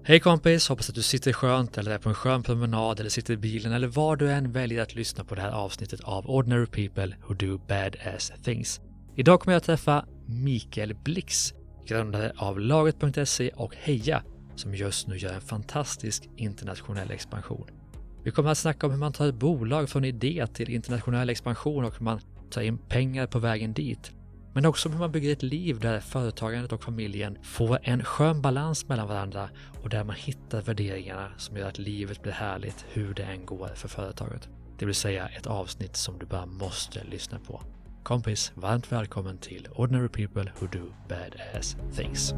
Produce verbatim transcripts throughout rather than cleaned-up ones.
Hej kompis, hoppas att du sitter skönt eller är på en skön promenad eller sitter i bilen eller var du än väljer att lyssna på det här avsnittet av Ordinary People Who Do Badass Things. Idag kommer jag att träffa Mikael Blix, grundare av Laget punkt se och Heja, som just nu gör en fantastisk internationell expansion. Vi kommer att snacka om hur man tar ett bolag från idé till internationell expansion och hur man tar in pengar på vägen dit. Men också hur man bygger ett liv där företagandet och familjen får en skön balans mellan varandra och där man hittar värderingarna som gör att livet blir härligt hur det än går för företaget. Det vill säga ett avsnitt som du bara måste lyssna på. Kompis, varmt välkommen till Ordinary People Who Do Badass Things.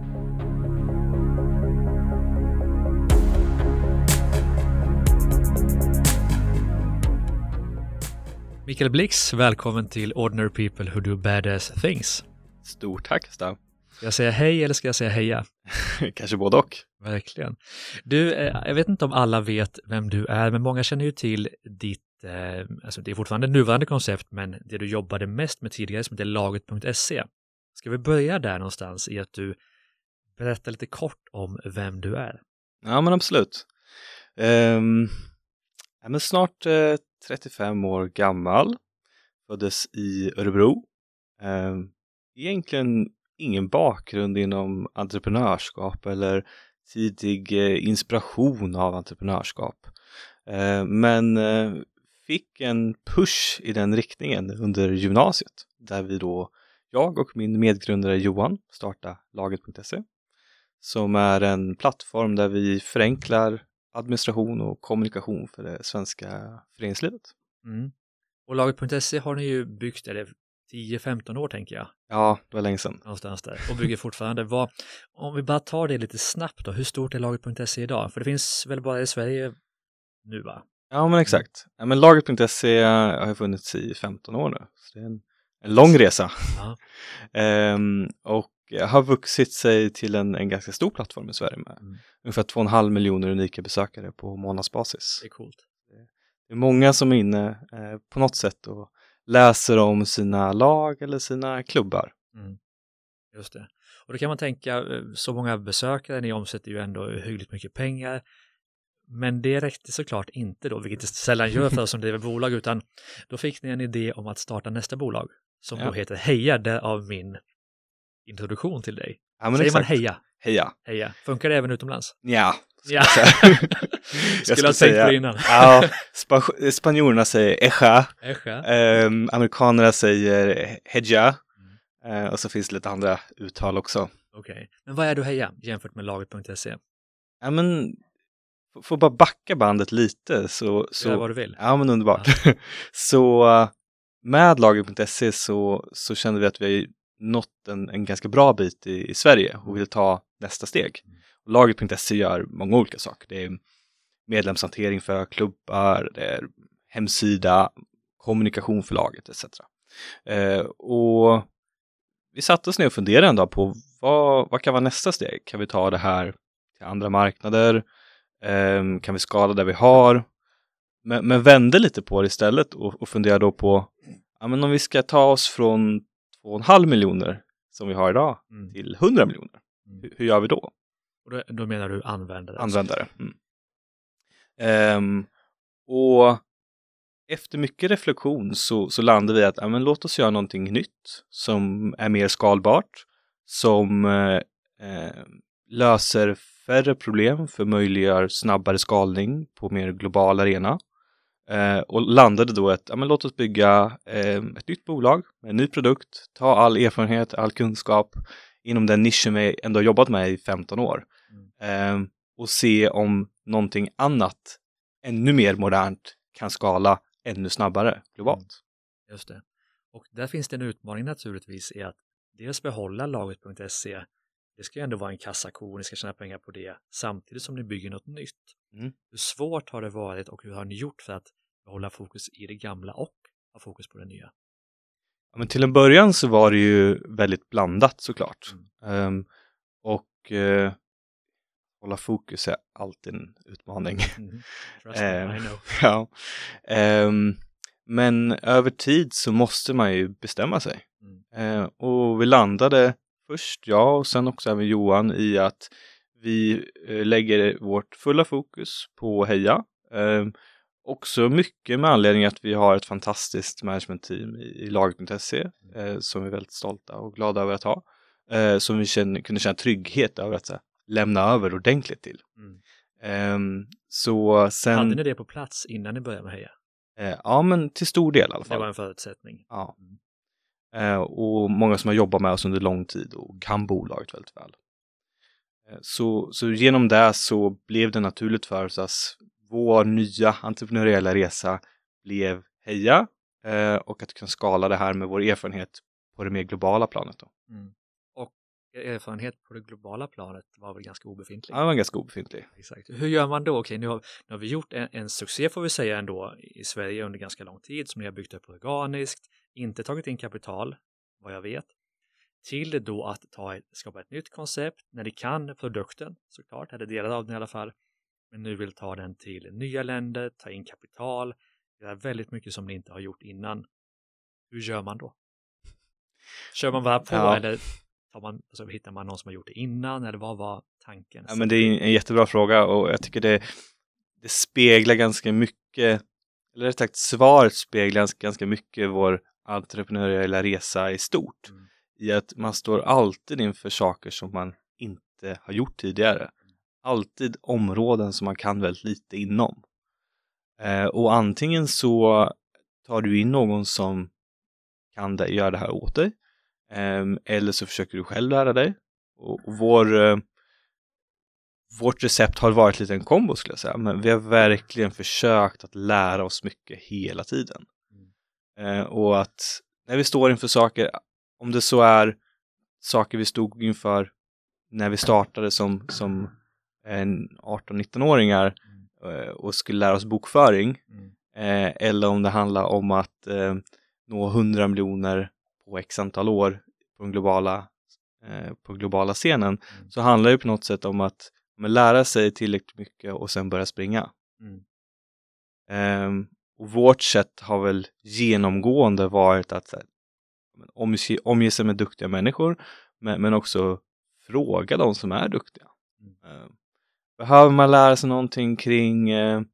Mikael Blix, välkommen till Ordinary People Who Do Badass Things. Stort tack, Stav. Ska jag säga hej eller ska jag säga heja? Kanske både och. Verkligen. Du, jag vet inte om alla vet vem du är, men många känner ju till ditt, eh, alltså det är fortfarande nuvarande koncept, men det du jobbade mest med tidigare som heter Laget punkt se. Ska vi börja där någonstans i att du berättar lite kort om vem du är? Ja, men absolut. Um, ja, men snart uh, trettiofem år gammal. Föddes i Örebro. Um, egentligen ingen bakgrund inom entreprenörskap eller tidig uh, inspiration av entreprenörskap. Uh, men uh, fick en push i den riktningen under gymnasiet. Där vi då, jag och min medgrundare Johan, startade Laget punkt se. Som är en plattform där vi förenklar administration och kommunikation för det svenska föreningslivet. Mm. Och Laget punkt se har ni ju byggt, eller tio femton år tänker jag. Ja, det var länge sedan. Någonstans där. Och bygger fortfarande. Vad, om vi bara tar det lite snabbt då, hur stort är Laget punkt se idag? För det finns väl bara i Sverige nu, va? Ja, men exakt. Ja, men Laget punkt se har funnits i femton år nu. Så det är en, en lång resa. Ja. ehm, och har vuxit sig till en, en ganska stor plattform i Sverige med mm. ungefär två och en halv miljoner unika besökare på månadsbasis. Det är coolt. Det är många som är inne eh, på något sätt och läser om sina lag eller sina klubbar. Mm. Just det. Och då kan man tänka, så många besökare, ni omsätter ju ändå hyggligt mycket pengar. Men det räckte såklart inte då, vilket det sällan gör för oss som driver bolag, utan då fick ni en idé om att starta nästa bolag som ja. då heter Heja, därav min introduktion till dig. Ja, men säger exakt. man heja? Heja. Heja. Funkar det även utomlands? Ja. Ja. Jag skulle ha tänkt på det innan. Ja, spa- spanjorerna säger eja. Eja. Um, amerikanerna säger heja. Mm. Uh, och så finns det lite andra uttal också. Okej. Okay. Men vad är du Heja jämfört med Laget punkt se? Ja, men får bara backa bandet lite så så ja, vad du vill. Ja, men underbart. Ja. Så med Laget punkt se så så kände vi att vi har nått en, en ganska bra bit i, i Sverige och vill ta nästa steg. Mm. Och Laget punkt se gör många olika saker. Det är medlemshantering för klubbar, det är hemsida, kommunikation för laget et cetera. Eh, och vi satte oss ner och funderade en dag på vad, vad kan vara nästa steg? Kan vi ta det här till andra marknader? Eh, kan vi skala där vi har? Men, men vände lite på det istället och, och funderade då på ja, men om vi ska ta oss från två och en halv miljoner som vi har idag mm. till hundra miljoner. Mm. Hur, hur gör vi då? Och då, då menar du användare? Användare. Mm. Um, och efter mycket reflektion så, så landade vi att ja, men låt oss göra någonting nytt som är mer skalbart, som eh, löser färre problem för möjliggör snabbare skalning på mer global arena. Eh, och landade då att ja, men låt oss bygga eh, ett nytt bolag med en ny produkt, ta all erfarenhet, all kunskap inom den nischen vi ändå har jobbat med i femton år. Mm. Eh, och se om någonting annat ännu mer modernt kan skala ännu snabbare globalt. Mm. Just det. Och där finns det en utmaning naturligtvis i att dels behålla Laget punkt se. Det ska ju ändå vara en kassako, ni ska tjäna pengar på det samtidigt som ni bygger något nytt. Mm. Hur svårt har det varit och hur har ni gjort för att behålla fokus i det gamla och ha fokus på det nya? Ja, men till en början så var det ju väldigt blandat såklart. Mm. Um, och uh, hålla fokus är alltid en utmaning. Mm. Trust me, I know. Ja. Um, men över tid så måste man ju bestämma sig. Mm. Uh, och vi landade först, jag och sen också även Johan, i att vi eh, lägger vårt fulla fokus på Heja. Eh, också mycket med anledning att vi har ett fantastiskt managementteam i, i laget punkt se eh, som vi är väldigt stolta och glada över att ha. Eh, som vi känner, kunde känna trygghet över att så här, lämna över ordentligt till. Mm. Eh, så sen... Hade ni det på plats innan ni började med Heja? Eh, ja, men till stor del i alla fall. Det var en förutsättning. Ja. Mm. Eh, och många som har jobbat med oss under lång tid och kan bolaget väldigt väl. Eh, så, så genom det så blev det naturligt för oss att vår nya entreprenöriella resa blev Heja eh, och att kunna skala det här med vår erfarenhet på det mer globala planet då. Mm. Och erfarenhet på det globala planet var väl ganska obefintlig? Ja, den var ganska obefintlig. Exakt. Hur gör man då? Okej, nu har, nu har vi gjort en, en succé får vi säga ändå i Sverige under ganska lång tid som ni har byggt upp organiskt, inte tagit in kapital, vad jag vet, till då att ta ett, skapa ett nytt koncept när ni kan produkten såklart, eller delar av den i alla fall, men nu vill ta den till nya länder, ta in kapital, göra väldigt mycket som ni inte har gjort innan. Hur gör man då? Kör man bara på ja. eller tar man, alltså, hittar man någon som har gjort det innan eller vad var tanken? Ja, men det är en jättebra fråga och jag tycker det, det speglar ganska mycket, eller rätt sagt svaret speglar ganska mycket vår entreprenöriella resa i stort. Mm. I att man står alltid inför saker som man inte har gjort tidigare. Alltid områden som man kan väldigt lite inom. Eh, och antingen så tar du in någon som kan det, göra det här åt dig. Eh, eller så försöker du själv lära dig. Och, och vår, eh, vårt recept har varit lite en kombo skulle jag säga. Men vi har verkligen försökt att lära oss mycket hela tiden. Mm. Eh, och att när vi står inför saker, om det så är saker vi stod inför när vi startade som, som arton-nitton-åringar mm. och skulle lära oss bokföring. Mm. Eh, eller om det handlar om att eh, nå hundra miljoner på x antal år på den globala, eh, på globala scenen. Mm. Så handlar det på något sätt om att men, lära sig tillräckligt mycket och sen börja springa. Mm. Eh, och vårt sätt har väl genomgående varit att här, omge, omge sig med duktiga människor men, men också fråga de som är duktiga. Mm. Eh, behöver man lära sig någonting kring eh,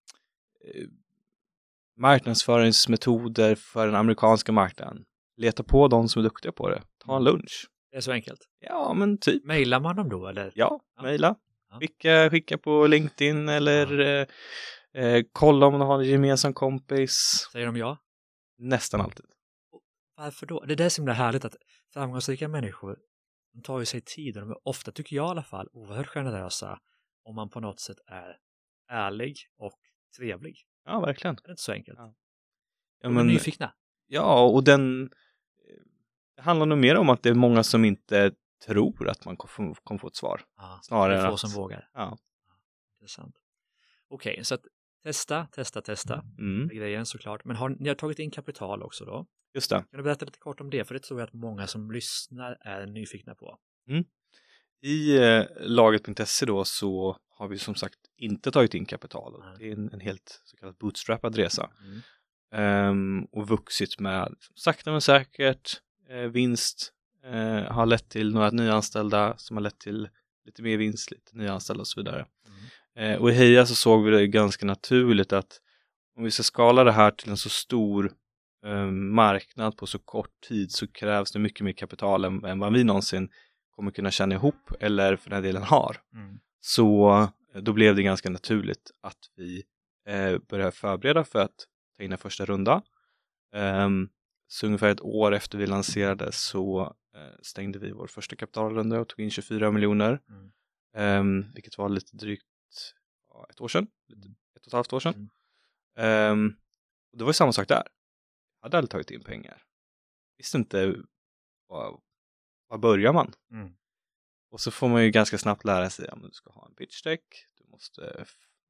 marknadsföringsmetoder för den amerikanska marknaden? Leta på de som är duktiga på det. Ta en lunch. Det är så enkelt. Ja, men typ. Mailar man dem då, eller? Ja, ja. mejla. Ja. Skicka, skicka på LinkedIn eller ja. eh, eh, kolla om de har en gemensam kompis. Säger de ja? Nästan alltid. Varför då? Det är det som är härligt att framgångsrika människor de tar ju sig tid och de är ofta, tycker jag i alla fall, oerhört generösa om man på något sätt är ärlig och trevlig. Ja, verkligen. Det är inte så enkelt. Ja. Ja, men, de är nyfikna. Ja, och den det handlar nog mer om att det är många som inte tror att man kommer kom få ett svar. Ja, snarare det är få att... som vågar. Ja. Det är sant. Okej, okay, så att testa, testa, testa. Mm. Det är grejen såklart. Men har ni har tagit in kapital också då? Just det. Kan du berätta lite kort om det? För det tror jag att många som lyssnar är nyfikna på. Mm. I eh, laget punkt se då så har vi som sagt inte tagit in kapital. Mm. Det är en, en helt så kallad bootstrappad resa. Mm. Um, och vuxit med sakta men säkert eh, vinst. Eh, har lett till några nyanställda som har lett till lite mer vinst, lite nyanställda och så vidare. Mm. Eh, och i Heja så såg vi det ganska naturligt att om vi ska skala det här till en så stor eh, marknad på så kort tid så krävs det mycket mer kapital än, än vad vi någonsin kommer kunna tjäna ihop eller för den delen har. Mm. Så eh, då blev det ganska naturligt att vi eh, började förbereda för att ta in en första runda. Um, så ungefär ett år efter vi lanserade så uh, stängde vi vår första kapitalrunda och tog in tjugofyra miljoner. Mm. Um, vilket var lite drygt ja, ett år sedan. Lite, ett och ett halvt år sedan. Mm. Um, och det var ju samma sak där. Jag hade aldrig tagit in pengar. Visste inte var, var börjar man. Mm. Och så får man ju ganska snabbt lära sig att ja, du ska ha en pitch deck. Du måste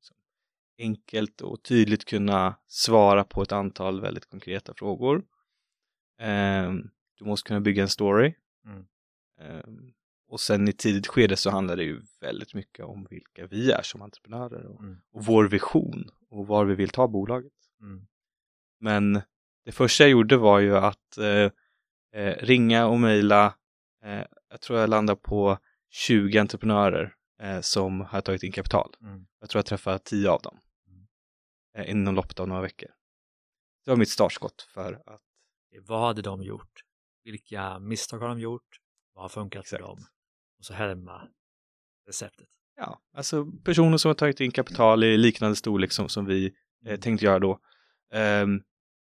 enkelt och tydligt kunna svara på ett antal väldigt konkreta frågor. Um, du måste kunna bygga en story. Mm. Um, och sen i tidigt skede så handlar det ju väldigt mycket om vilka vi är som entreprenörer och, mm. och vår vision och var vi vill ta bolaget. Mm. Men det första jag gjorde var ju att eh, eh, ringa och mejla. Eh, jag tror jag landade på tjugo entreprenörer eh, som har tagit in kapital. Mm. Jag tror jag träffade tio av dem Mm. eh, inom loppet av några veckor. Det var mitt startskott för att... Vad hade de gjort? Vilka misstag har de gjort? Vad har funkat Exakt. för dem? Och så härma receptet. Ja, alltså personer som har tagit in kapital i liknande storlek som, som vi eh, tänkte göra då. Um,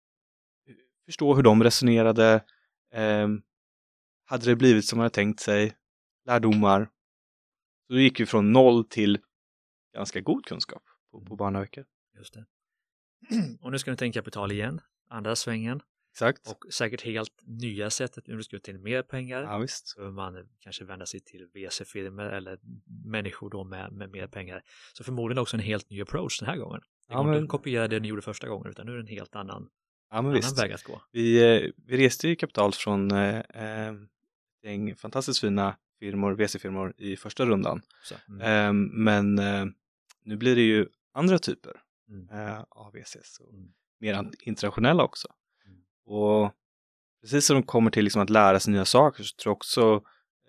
förstå hur de resonerade. Um, hade det blivit som man hade tänkt sig? Lärdomar. Så det gick ju från noll till ganska god kunskap på, på bara några veckor. Just det. Och nu ska du ta in kapital igen. Andra svängen. Exakt. Och säkert helt nya sättet hur du ska ta in mer pengar. Ja, visst. Så man kanske vänder sig till V C-firmor eller människor då med, med mer pengar. Så förmodligen också en helt ny approach den här gången. Det Ja, går men... inte att kopiera det ni gjorde första gången utan nu är det en helt annan, ja, men annan visst. väg att gå. Vi, eh, vi reste ju kapital från eh, eh, en fantastiskt fina firmor, V C-firmor i första rundan. Så, mm. eh, men eh, nu blir det ju andra typer Mm. eh, av V Cs och Mm. mer internationella också. Mm. Och precis som de kommer till liksom att lära sig nya saker så tror jag också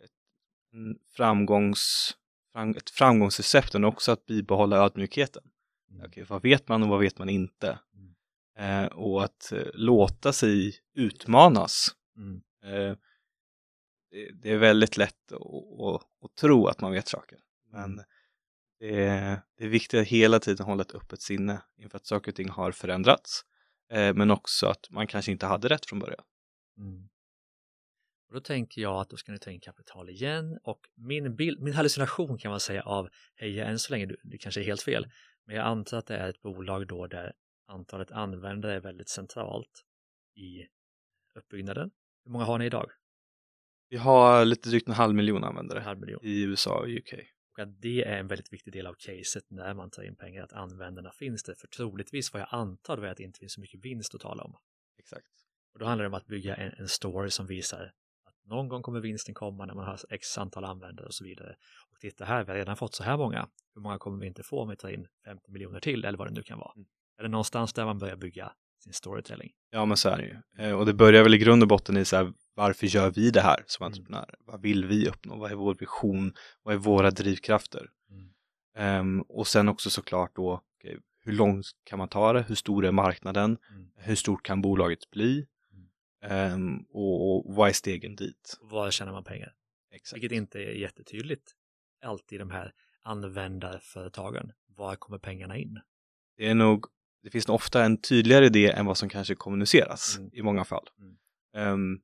ett, framgångs, fram, ett framgångsrecept är också att bibehålla ödmjukheten. Mm. Okej, vad vet man och vad vet man inte? Mm. Eh, och att eh, låta sig utmanas. Mm. Eh, det, det är väldigt lätt att, att, att tro att man vet saker. Men Mm. det är, det är viktigt att hela tiden hålla ett öppet sinne inför att saker och ting har förändrats. Eh, men också att man kanske inte hade rätt från början. Mm. Och då tänker jag att då ska ni ta in kapital igen och min bild, min hallucination kan man säga av Heja än så länge, det kanske är helt fel, men jag antar att det är ett bolag då där antalet användare är väldigt centralt i uppbyggnaden. Hur många har ni idag? Vi har lite drygt en halv miljon användare En halv miljon. i U S A och U K. Och att det är en väldigt viktig del av caset när man tar in pengar, att användarna finns det. För troligtvis vad jag antar är att det inte finns så mycket vinst att tala om. Exakt. Och då handlar det om att bygga en, en story som visar att någon gång kommer vinsten komma när man har x antal användare och så vidare. Och titta här, vi har redan fått så här många. Hur många kommer vi inte få om vi tar in femtio miljoner till eller vad det nu kan vara. Mm. Är det någonstans där man börjar bygga sin storytelling? Ja, men så är det ju. Eh, och det börjar väl i grund och botten i så här, varför gör vi det här som entreprenörer? Mm. Vad vill vi uppnå? Vad är vår vision? Vad är våra drivkrafter? Mm. Um, och sen också såklart då, okay, hur långt kan man ta det? Hur stor är marknaden? Mm. Hur stort kan bolaget bli? Mm. Um, och, och vad är stegen dit? Var tjänar man pengar? Exakt. Vilket inte är jättetydligt alltid de här användarföretagen. Var kommer pengarna in? Det är nog, det finns nog ofta en tydligare idé än vad som kanske kommuniceras mm. i många fall. Mm. Um,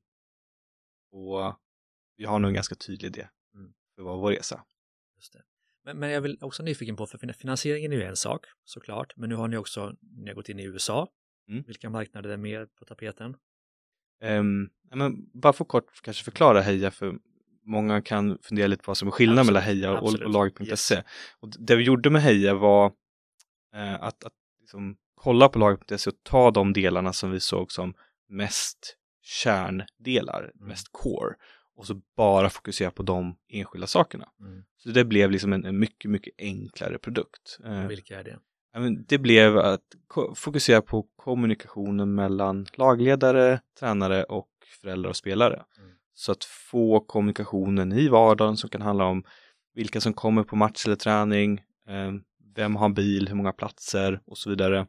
och vi har nog en ganska tydlig idé mm. för vad vår resa. Just det. Men, men jag vill också nyfiken på, för finansieringen är ju en sak såklart, men nu har ni också, ni har gått in i U S A. Mm. Vilka marknader är mer på tapeten? Um, men bara för kort kanske förklara Heja, för många kan fundera lite på vad som är skillnaden Absolut. mellan Heja och, och Laget punkt se. Yes. Och det vi gjorde med Heja var uh, att, att liksom kolla på Laget punkt se och ta de delarna som vi såg som mest kärndelar, mm. mest core, och så bara fokusera på de enskilda sakerna. Mm. Så det blev liksom en, en mycket, mycket enklare produkt. Och vilka är det? Det blev att fokusera på kommunikationen mellan lagledare, tränare och föräldrar och spelare. Mm. Så att få kommunikationen i vardagen som kan handla om vilka som kommer på match eller träning, vem har bil, hur många platser och så vidare.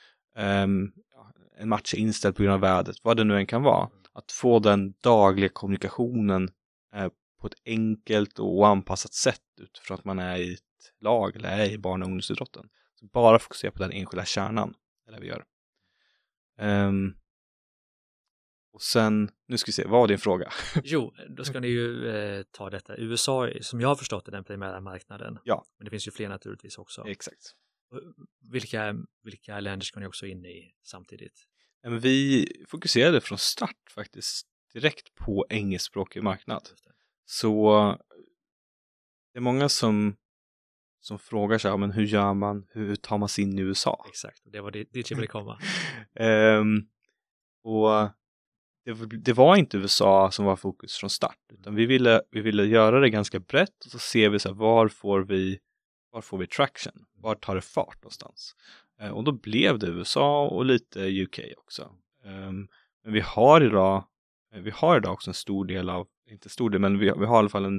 En match är inställd på grund av vädret, vad det nu än kan vara. Att få den dagliga kommunikationen på ett enkelt och anpassat sätt utifrån att man är i ett lag eller är i barn- och ungdomsidrotten. Så bara fokusera på den enskilda kärnan, eller vi gör. Um, och sen, nu ska vi se, vad var din fråga? Jo, då ska ni ju eh, ta detta. U S A, som jag har förstått, är den primära marknaden. Ja. Men det finns ju fler naturligtvis också. Exakt. Vilka, vilka länder ska ni också in i samtidigt? Men vi fokuserade från start faktiskt direkt på engelskspråkig marknad. Så det är många som som frågar sig, men hur gör man, hur tar man sig in i U S A? Exakt, det var dit jag ville komma. um, och det, det var inte U S A som var fokus från start, utan vi ville, vi ville göra det ganska brett och så ser vi så här, var får vi var får vi traction? Var tar det fart någonstans? Uh, och då blev det U S A och lite U K också. Um, men vi har idag vi har idag också en stor del av, inte stor del, men vi, vi har i alla fall en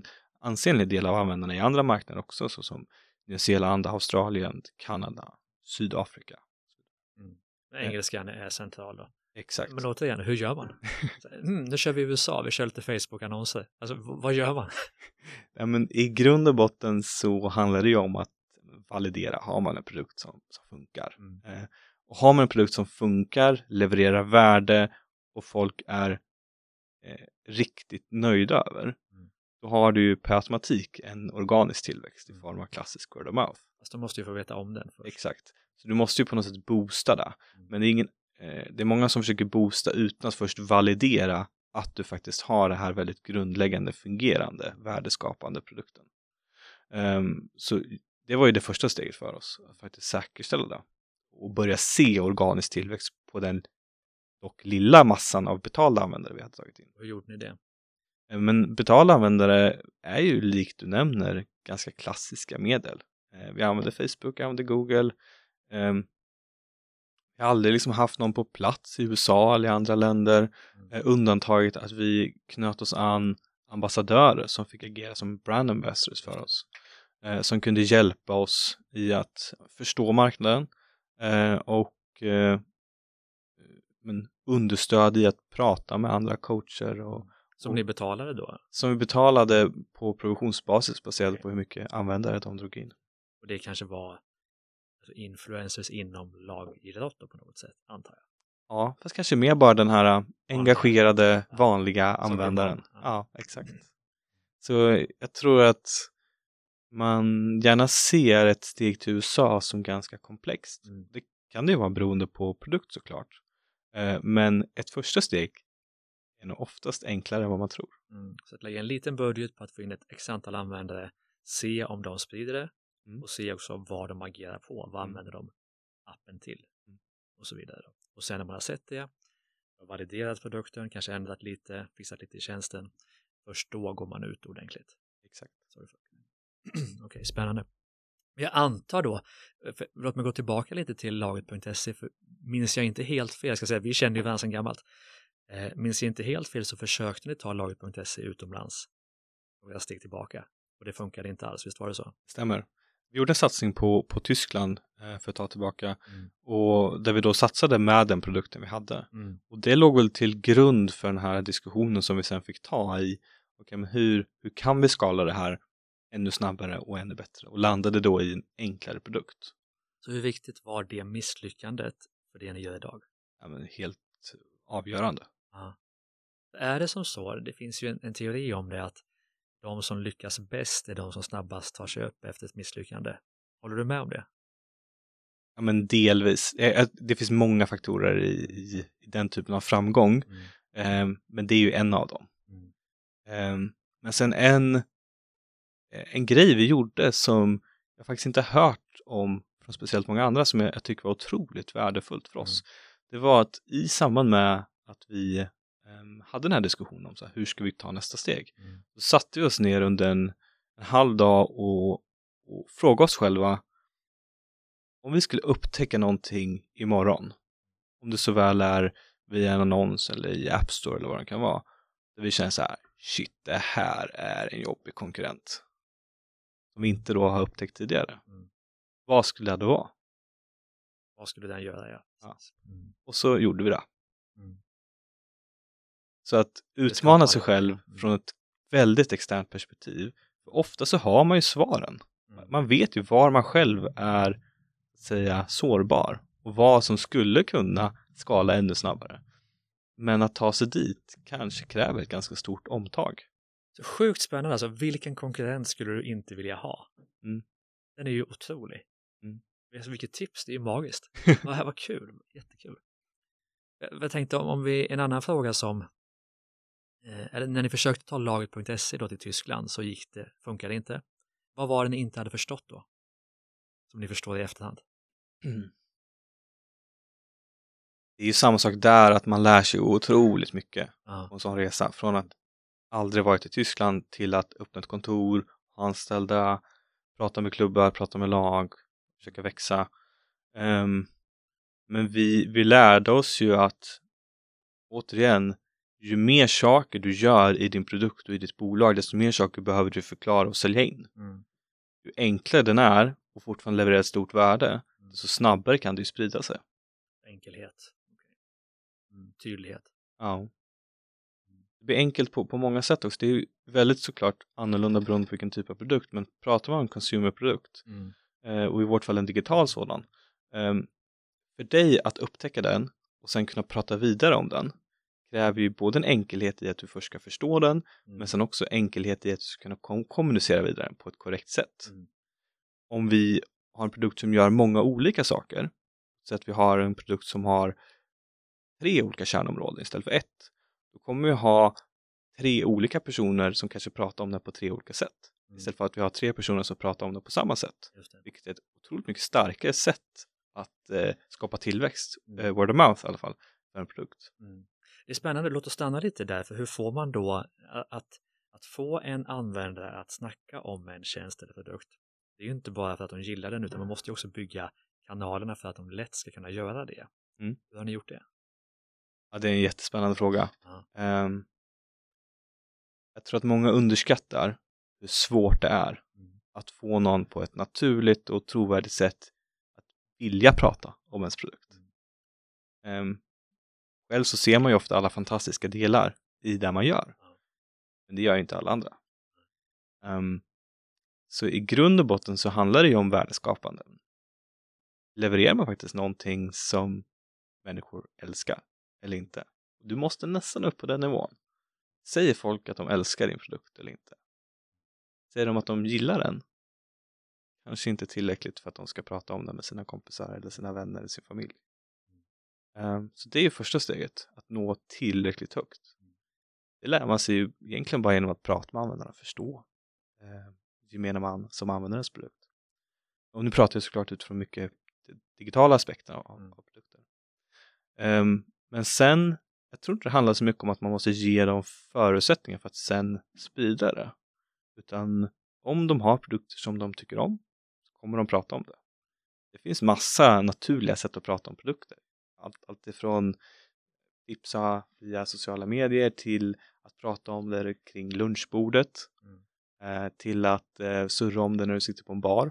ansenlig del av användarna i andra marknader också, såsom Nya Zeeland, Australien, Kanada, Sydafrika. Mm. Engelskan är central då. Exakt. Men återigen, hur gör man? mm, nu kör vi i U S A, vi kör lite Facebook-annonser. Alltså, v- vad gör man? Ja, men i grund och botten så handlar det ju om att validera. Har man en produkt som, som funkar? Mm. Eh, och har man en produkt som funkar, levererar värde och folk är eh, riktigt nöjda över, mm. då har du ju per automatik en organisk tillväxt i form av klassisk word of mouth. Fast de måste ju få veta om den först. Exakt. Så du måste ju på något sätt boosta det. Mm. Men det är, ingen, eh, det är många som försöker boosta utan att först validera att du faktiskt har det här väldigt grundläggande, fungerande, värdeskapande produkten. Um, så det var ju det första steget för oss, att faktiskt säkerställa det. Och börja se organisk tillväxt på den dock lilla massan av betalda användare vi hade tagit in. Hur gjorde ni det? Men betalda användare är ju, likt du nämner, ganska klassiska medel. Vi använder Facebook, vi använder Google. Vi har aldrig liksom haft någon på plats i U S A eller i andra länder. Mm. Undantaget att vi knöt oss an ambassadörer som fick agera som brand ambassadors för oss. Som kunde hjälpa oss i att förstå marknaden och men understöd i att prata med andra coacher. Och, som ni betalade då? Som vi betalade på provisionsbasis baserat okay. på hur mycket användare de drog in. Och det kanske var alltså influencers inom lagidrott på något sätt, antar jag? Ja, fast kanske mer bara den här engagerade, vanliga ja. användaren. Ja. ja, exakt. Så jag tror att man gärna ser ett steg till U S A som ganska komplext. Mm. Det kan det ju vara beroende på produkt såklart. Men ett första steg är nog oftast enklare än vad man tror. Mm. Så att lägga en liten budget på att få in ett x antal användare, se om de sprider det mm. och se också vad de agerar på, vad mm. använder de appen till mm. och så vidare. Då. Och sen när man har sett det, validerat produkten, kanske ändrat lite, fixat lite i tjänsten, först då går man ut ordentligt. Exakt. Okej, okay, spännande. Jag antar då, för, låt mig gå tillbaka lite till laget punkt se, för minns jag inte helt fel, jag ska säga, vi känner ju varandra sedan gammalt. Eh, minns jag inte helt fel så försökte ni ta laget punkt se utomlands och jag steg tillbaka och det funkade inte alls, visst var det så? Stämmer. Vi gjorde en satsning på, på Tyskland eh, för att ta tillbaka mm. och där vi då satsade med den produkten vi hade. Mm. Och det låg väl till grund för den här diskussionen som vi sen fick ta i okay, men hur, hur kan vi skala det här ännu snabbare och ännu bättre och landade då i en enklare produkt. Så hur viktigt var det misslyckandet för det ni gör idag? Ja, men helt avgörande. Ja. Är det som så, det finns ju en, en teori om det att de som lyckas bäst är de som snabbast tar sig upp efter ett misslyckande. Håller du med om det? Ja, men delvis. Det finns många faktorer i, i, i den typen av framgång. Mm. Um, men det är ju en av dem. Mm. Um, men sen en En grej vi gjorde som jag faktiskt inte hört om från speciellt många andra som jag, jag tycker var otroligt värdefullt för oss. Mm. Det var att i samband med att vi um, hade den här diskussionen om så här, hur ska vi ta nästa steg. Mm. Så satte vi oss ner under en, en halv dag och, och frågade oss själva om vi skulle upptäcka någonting imorgon. Om det så väl är via en annons eller i App Store eller vad det kan vara. Där vi känner så här, shit, det här är en jobbig konkurrent. Som vi inte då har upptäckt tidigare. Mm. Vad skulle det då vara? Vad skulle den göra, ja. ja. Mm. Och så gjorde vi det. Mm. Så att Det utmana sig skapar- själv Mm. från ett väldigt externt perspektiv. För ofta så har man ju svaren. Mm. Man vet ju var man själv är, att säga, sårbar. Och vad som skulle kunna skala ännu snabbare. Men att ta sig dit kanske kräver ett ganska stort omtag. Så sjukt spännande, alltså vilken konkurrent skulle du inte vilja ha? Mm. Den är ju otrolig. Mm. Alltså, vilket tips, det är ju magiskt. Det här var kul, jättekul. Jag, jag tänkte om, om vi, en annan fråga som eh, eller när ni försökte ta laget punkt se då till Tyskland så gick det, funkade inte. Vad var det ni inte hade förstått då? Som ni förstår i efterhand. Mm. Det är ju samma sak där, att man lär sig otroligt mycket Ja. på en sån resa. Från att aldrig varit i Tyskland till att öppna ett kontor, ha anställda, prata med klubbar, prata med lag, försöka växa. Um, men vi, vi lärde oss ju att återigen ju mer saker du gör i din produkt och i ditt bolag, desto mer saker behöver du förklara och sälja in. Mm. Ju enklare den är och fortfarande levererar ett stort värde, mm. desto snabbare kan det ju sprida sig. Enkelhet. Okay. Mm. Tydlighet. Ja. Det blir enkelt på, på många sätt också. Det är ju väldigt såklart annorlunda beroende på vilken typ av produkt. Men pratar man om consumerprodukt mm. eh, och i vårt fall en digital sådan. Eh, för dig att upptäcka den och sen kunna prata vidare om den kräver ju både en enkelhet i att du först ska förstå den mm. men sen också enkelhet i att du ska kunna kom- kommunicera vidare på ett korrekt sätt. Mm. Om vi har en produkt som gör många olika saker, så att vi har en produkt som har tre olika kärnområden istället för ett, då kommer vi ha tre olika personer som kanske pratar om det på tre olika sätt. Mm. Istället för att vi har tre personer som pratar om det på samma sätt. Vilket är ett otroligt mycket starkare sätt att eh, skapa tillväxt. Mm. Eh, word of mouth i alla fall för en produkt. Mm. Det är spännande, låt oss stanna lite där. För hur får man då att, att få en användare att snacka om en tjänst eller produkt? Det är ju inte bara för att de gillar den, utan man måste ju också bygga kanalerna för att de lätt ska kunna göra det. Mm. Hur har ni gjort det? Ja, det är en jättespännande fråga. Ja. Um, jag tror att många underskattar hur svårt det är mm. att få någon på ett naturligt och trovärdigt sätt att vilja prata om ens produkt. Mm. Um, själv så ser man ju ofta alla fantastiska delar i det man gör. Mm. Men det gör ju inte alla andra. Um, så i grund och botten så handlar det ju om värdeskapande. Levererar man faktiskt någonting som människor älskar eller inte? Du måste nästan upp på den nivån. Säger folk att de älskar din produkt eller inte? Säger de att de gillar den? Kanske inte tillräckligt för att de ska prata om den med sina kompisar eller sina vänner eller sin familj. Um, så det är ju första steget, att nå tillräckligt högt. Det lär man sig ju egentligen bara genom att prata med användarna och förstå uh, gemene man som använder ens produkt. Och nu pratar jag såklart utifrån mycket digitala aspekter av, mm. av produkter. Um, men sen, jag tror inte det handlar så mycket om att man måste ge dem förutsättningar för att sen sprida det. Utan om de har produkter som de tycker om, så kommer de prata om det. Det finns massa naturliga sätt att prata om produkter. Allt, allt ifrån tipsa via sociala medier till att prata om det kring lunchbordet. Mm. Eh, till att eh, surra om det när du sitter på en bar.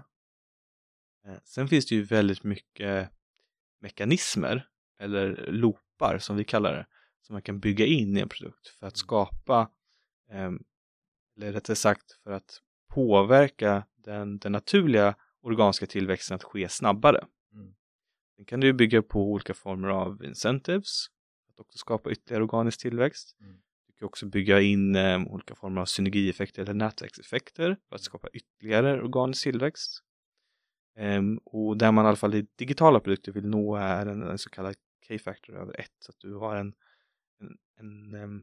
Eh, sen finns det ju väldigt mycket mekanismer eller loopar som vi kallar det, som man kan bygga in i en produkt för att skapa eh, eller rättare sagt för att påverka den, den naturliga organiska tillväxten att ske snabbare. Mm. Sen kan du bygga på olika former av incentives för att också skapa ytterligare organisk tillväxt. Mm. Du kan också bygga in eh, olika former av synergieffekter eller nätverkseffekter för att skapa ytterligare organisk tillväxt. Um, och där man i alla fall i digitala produkter vill nå är en, en så kallad K-factor över ett, så att du har en, en, en, um,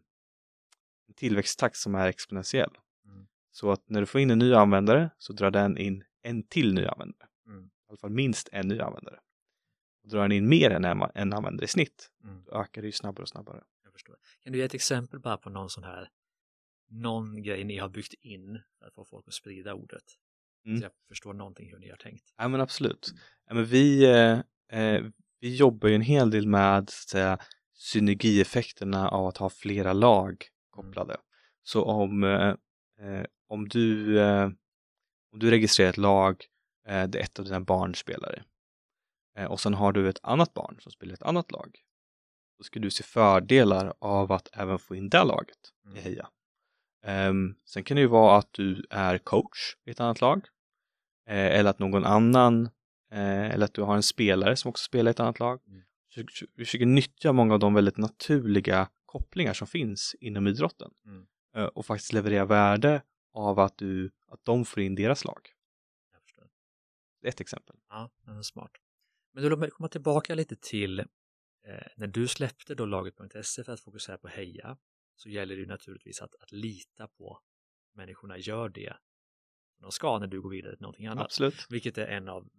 en tillväxttakt som är exponentiell. Mm. Så att när du får in en ny användare så drar den in en till ny användare. Mm. I alla fall minst en ny användare. Och drar den in mer än en, en användare i snitt, mm. då ökar det ju snabbare och snabbare. Jag förstår. Kan du ge ett exempel bara på någon sån här, någon grej ni har byggt in för att få folk att sprida ordet? Mm. Så jag förstår någonting hur ni har tänkt. Ja, men absolut. Ja, men vi, eh, vi jobbar ju en hel del med så att säga, synergieffekterna av att ha flera lag kopplade. Mm. Så om, eh, om, du, eh, om du registrerar ett lag eh, där ett av dina barn spelar i, eh, och sen har du ett annat barn som spelar ett annat lag, då ska du se fördelar av att även få in det laget mm. i Heja. Um, sen kan det ju vara att du är coach i ett annat lag. Eh, eller att någon annan, eh, eller att du har en spelare som också spelar i ett annat lag. Mm. Vi försöker nyttja många av de väldigt naturliga kopplingar som finns inom idrotten. Mm. Eh, och faktiskt leverera värde av att, du, att de får in deras lag. Jag förstår. Det är ett exempel. Ja, det är smart. Men då låt mig komma tillbaka lite till eh, när du släppte då laget punkt se för att fokusera på Heja, så gäller det ju naturligtvis att, att lita på människorna gör det de ska när du går vidare till någonting annat. Absolut. Vilket är en av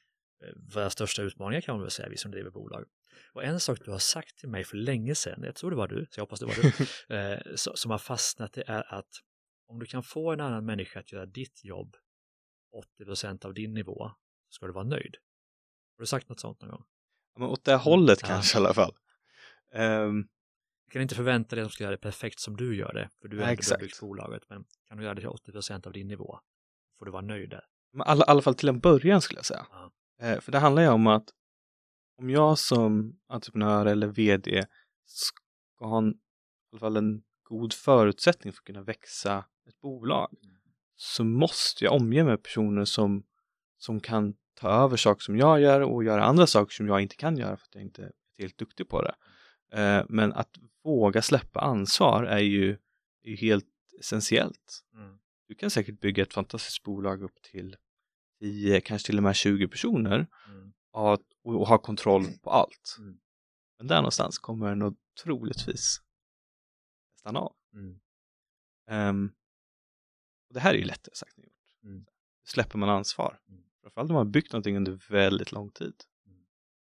våra största utmaningar, kan man väl säga, vi som driver bolag. Och en sak du har sagt till mig för länge sedan, jag tror det var du, så jag hoppas det var du, eh, så, som har fastnat, det är att om du kan få en annan människa att göra ditt jobb åttio procent av din nivå, så ska du vara nöjd. Har du sagt något sånt någon gång? Ja, men åt det hållet mm. kanske ja. I alla fall. Um, Du kan inte förvänta dig att de ska göra det perfekt som du gör det, för du har ändå byggt bolaget, men kan du göra det till åttio procent av din nivå får du vara nöjd där. Men i alla, alla fall till en början skulle jag säga. Ja. Eh, för det handlar ju om att om jag som entreprenör eller vd ska ha en, i alla fall en god förutsättning för att kunna växa ett bolag, mm. så måste jag omge mig med personer som, som kan ta över saker som jag gör och göra andra saker som jag inte kan göra för att jag inte är helt duktig på det. Eh, men att våga släppa ansvar är ju, är ju helt essentiellt. Mm. Du kan säkert bygga ett fantastiskt bolag upp till tio, kanske till och med tjugo personer mm. och, och ha kontroll på allt. Mm. Men där någonstans kommer den troligtvis stanna av. Mm. Um, och det här är ju lättare sagt än gjort. Mm. Släpper man ansvar. Mm. Framförallt om man har byggt någonting under väldigt lång tid. Mm.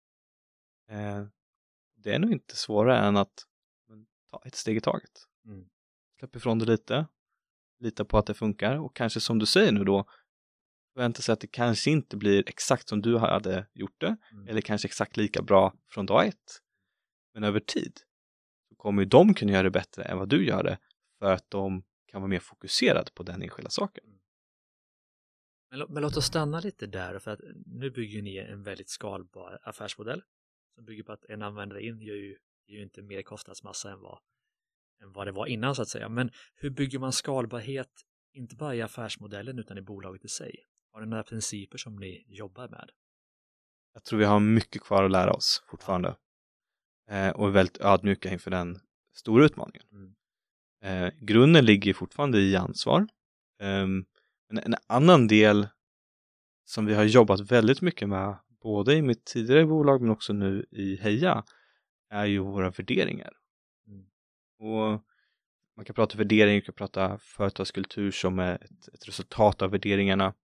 Uh, det är nog inte svårare än att men, ta ett steg i taget. Mm. Släpp ifrån det lite. Lita på att det funkar. Och kanske som du säger nu då, förvänta sig att det kanske inte blir exakt som du hade gjort det. Mm. Eller kanske exakt lika bra från dag ett. Men över tid så kommer ju de kunna göra det bättre än vad du gör det. För att de kan vara mer fokuserade på den enskilda saken. Men, men låt oss stanna lite där. För att nu bygger ni en väldigt skalbar affärsmodell. Som bygger på att en användare in gör ju, gör ju inte mer kostnadsmassa än vad, än vad det var innan så att säga. Men hur bygger man skalbarhet inte bara i affärsmodellen utan i bolaget i sig? Har ni några principer som ni jobbar med? Jag tror vi har mycket kvar att lära oss fortfarande. Eh, och är väldigt ödmjuka inför den stora utmaningen. Mm. Eh, grunden ligger fortfarande i ansvar. Eh, men en annan del som vi har jobbat väldigt mycket med, både i mitt tidigare bolag men också nu i Heja, är ju våra värderingar. Mm. Och man kan prata värderingar, man kan prata företagskultur som är ett, ett resultat av värderingarna.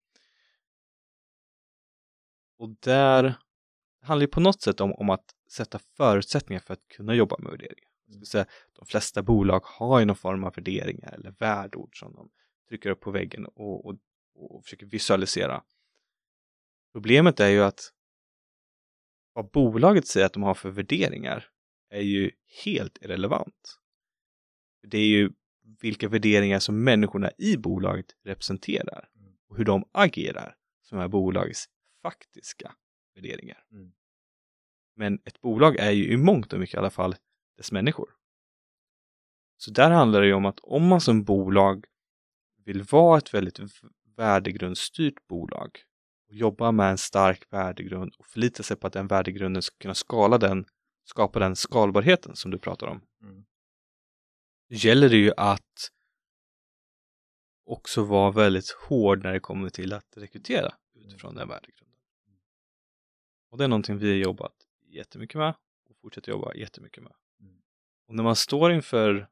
Och där handlar det på något sätt om, om att sätta förutsättningar för att kunna jobba med värderingar. Mm. Så de flesta bolag har ju någon form av värderingar eller värdord som de trycker upp på väggen och, och, och försöker visualisera. Problemet är ju att vad bolaget säger att de har för värderingar är ju helt irrelevant. Det är ju vilka värderingar som människorna i bolaget representerar och hur de agerar som är bolagets faktiska värderingar. Mm. Men ett bolag är ju i mångt och mycket i alla fall dess människor. Så där handlar det ju om att om man som bolag vill vara ett väldigt värdegrundsstyrt bolag och jobba med en stark värdegrund och förlita sig på att den värdegrunden ska kunna skala den, skapa den skalbarheten som du pratar om. Mm. Gäller det ju att också vara väldigt hård när det kommer till att rekrytera utifrån den värdegrunden. Och det är någonting vi har jobbat jättemycket med och fortsätter jobba jättemycket med. Mm. Och när man står inför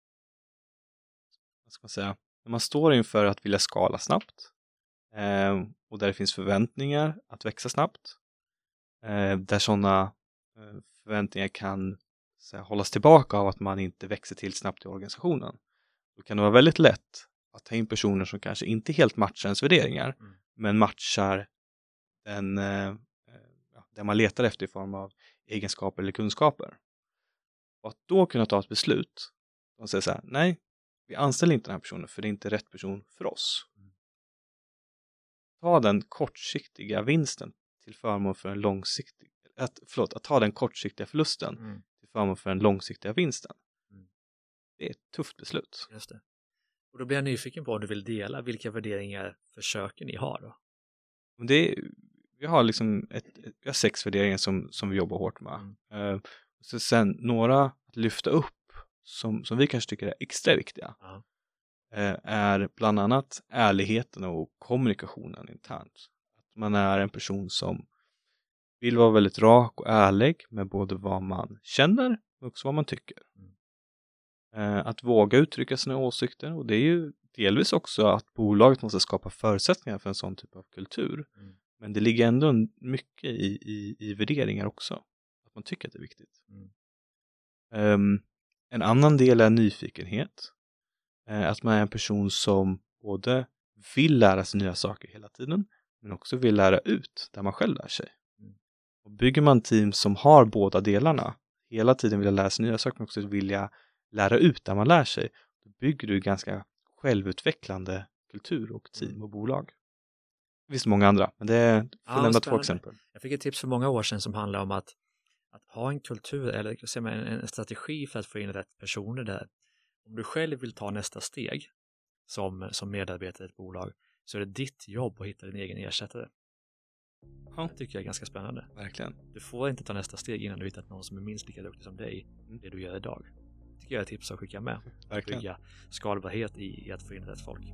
vad ska man säga, när man står inför att vilja skala snabbt eh, och där det finns förväntningar att växa snabbt, eh, där sådana eh, förväntningar kan så här, hållas tillbaka av att man inte växer till snabbt i organisationen, då kan det vara väldigt lätt att ta in personer som kanske inte helt matchar ens värderingar, mm. men matchar den eh, det man letar efter i form av egenskaper eller kunskaper. Och att då kunna ta ett beslut och säga så här, nej, vi anställer inte den här personen för det är inte rätt person för oss. Mm. Ta den kortsiktiga vinsten till förmån för en långsiktig, att, förlåt, att ta den kortsiktiga förlusten mm. till förmån för en långsiktiga vinsten. Mm. Det är ett tufft beslut. Just det. Och då blir jag nyfiken på om du vill dela vilka värderingar försöker ni ha då? Det är Vi har liksom ett, ett, vi har sex värderingar som, som vi jobbar hårt med. Mm. Uh, så sen några att lyfta upp som, som vi kanske tycker är extra viktiga uh. uh, är bland annat ärligheten och kommunikationen internt. Att man är en person som vill vara väldigt rak och ärlig med både vad man känner och också vad man tycker. Mm. Uh, att våga uttrycka sina åsikter, och det är ju delvis också att bolaget måste skapa förutsättningar för en sån typ av kultur. Mm. Men det ligger ändå mycket i, i, i värderingar också. Att man tycker att det är viktigt. Mm. Um, en annan del är nyfikenhet. Uh, att man är en person som både vill lära sig nya saker hela tiden, men också vill lära ut där man själv lär sig. Mm. Och bygger man team som har båda delarna hela tiden vilja lära sig nya saker, men också vilja lära ut där man lär sig. Då bygger du ganska självutvecklande kultur och team och bolag. Visst många andra, men det är Ja, nämna två spännande. exempel. Jag fick ett tips för många år sedan som handlar om att, att ha en kultur eller ska säga, en, en strategi för att få in rätt personer där. Om du själv vill ta nästa steg som, som medarbetare i ett bolag, så är det ditt jobb att hitta din egen ersättare. Ja. Det tycker jag är ganska spännande. Verkligen. Du får inte ta nästa steg innan du hittat någon som är minst lika duktig som dig i det du gör idag. Det tycker jag är ett tips att skicka med. Verkligen. Bygga skalbarhet i, i att få in rätt folk.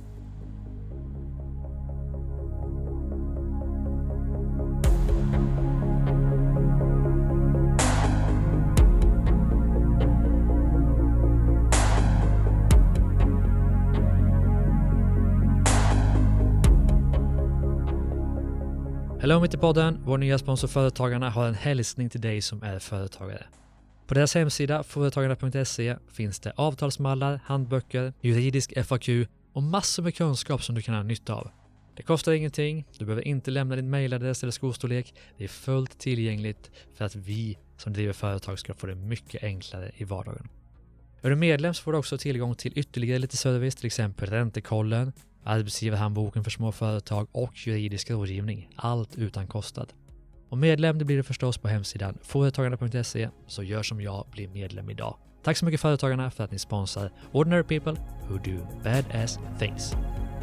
Hello mitt i podden, vår nya sponsor Företagarna har en hälsning till dig som är företagare. På deras hemsida företagarna punkt se finns det avtalsmallar, handböcker, juridisk F A Q och massor med kunskap som du kan ha nytta av. Det kostar ingenting, du behöver inte lämna din mailadress eller skostorlek. Det är fullt tillgängligt för att vi som driver företag ska få det mycket enklare i vardagen. Är du medlem så får du också tillgång till ytterligare lite service, till exempel räntekollen, arbetsgivarhandboken för små företag och juridisk rådgivning. Allt utan kostnad. Och medlem det blir det förstås på hemsidan företagarna punkt se, så gör som jag, blir medlem idag. Tack så mycket Företagarna för att ni sponsrar Ordinary People Who Do Badass Things.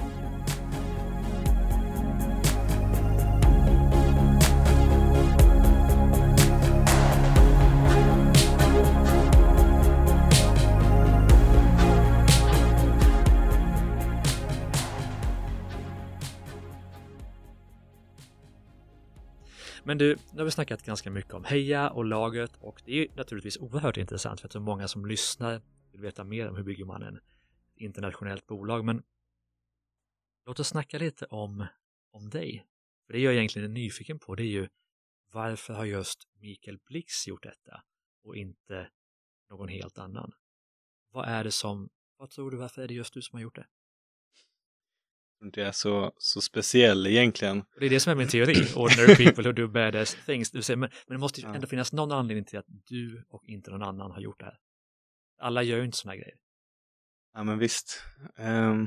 Men du, nu har vi snackat ganska mycket om Heja och laget och det är ju naturligtvis oerhört intressant för att det är många som lyssnar vill veta mer om hur bygger man en internationellt bolag. Men låt oss snacka lite om, om dig. För det jag egentligen är nyfiken på, det är ju varför har just Mikael Blix gjort detta och inte någon helt annan? Vad är det som, vad tror du, varför är det just du som har gjort det? Det är så, så speciell egentligen. Det är det som är min teori. Ordinary people who do badass things. Det vill säga, men, men det måste ju ändå Ja. finnas någon anledning till att du och inte någon annan har gjort det här. Alla gör ju inte såna grejer. Ja, men visst. Um,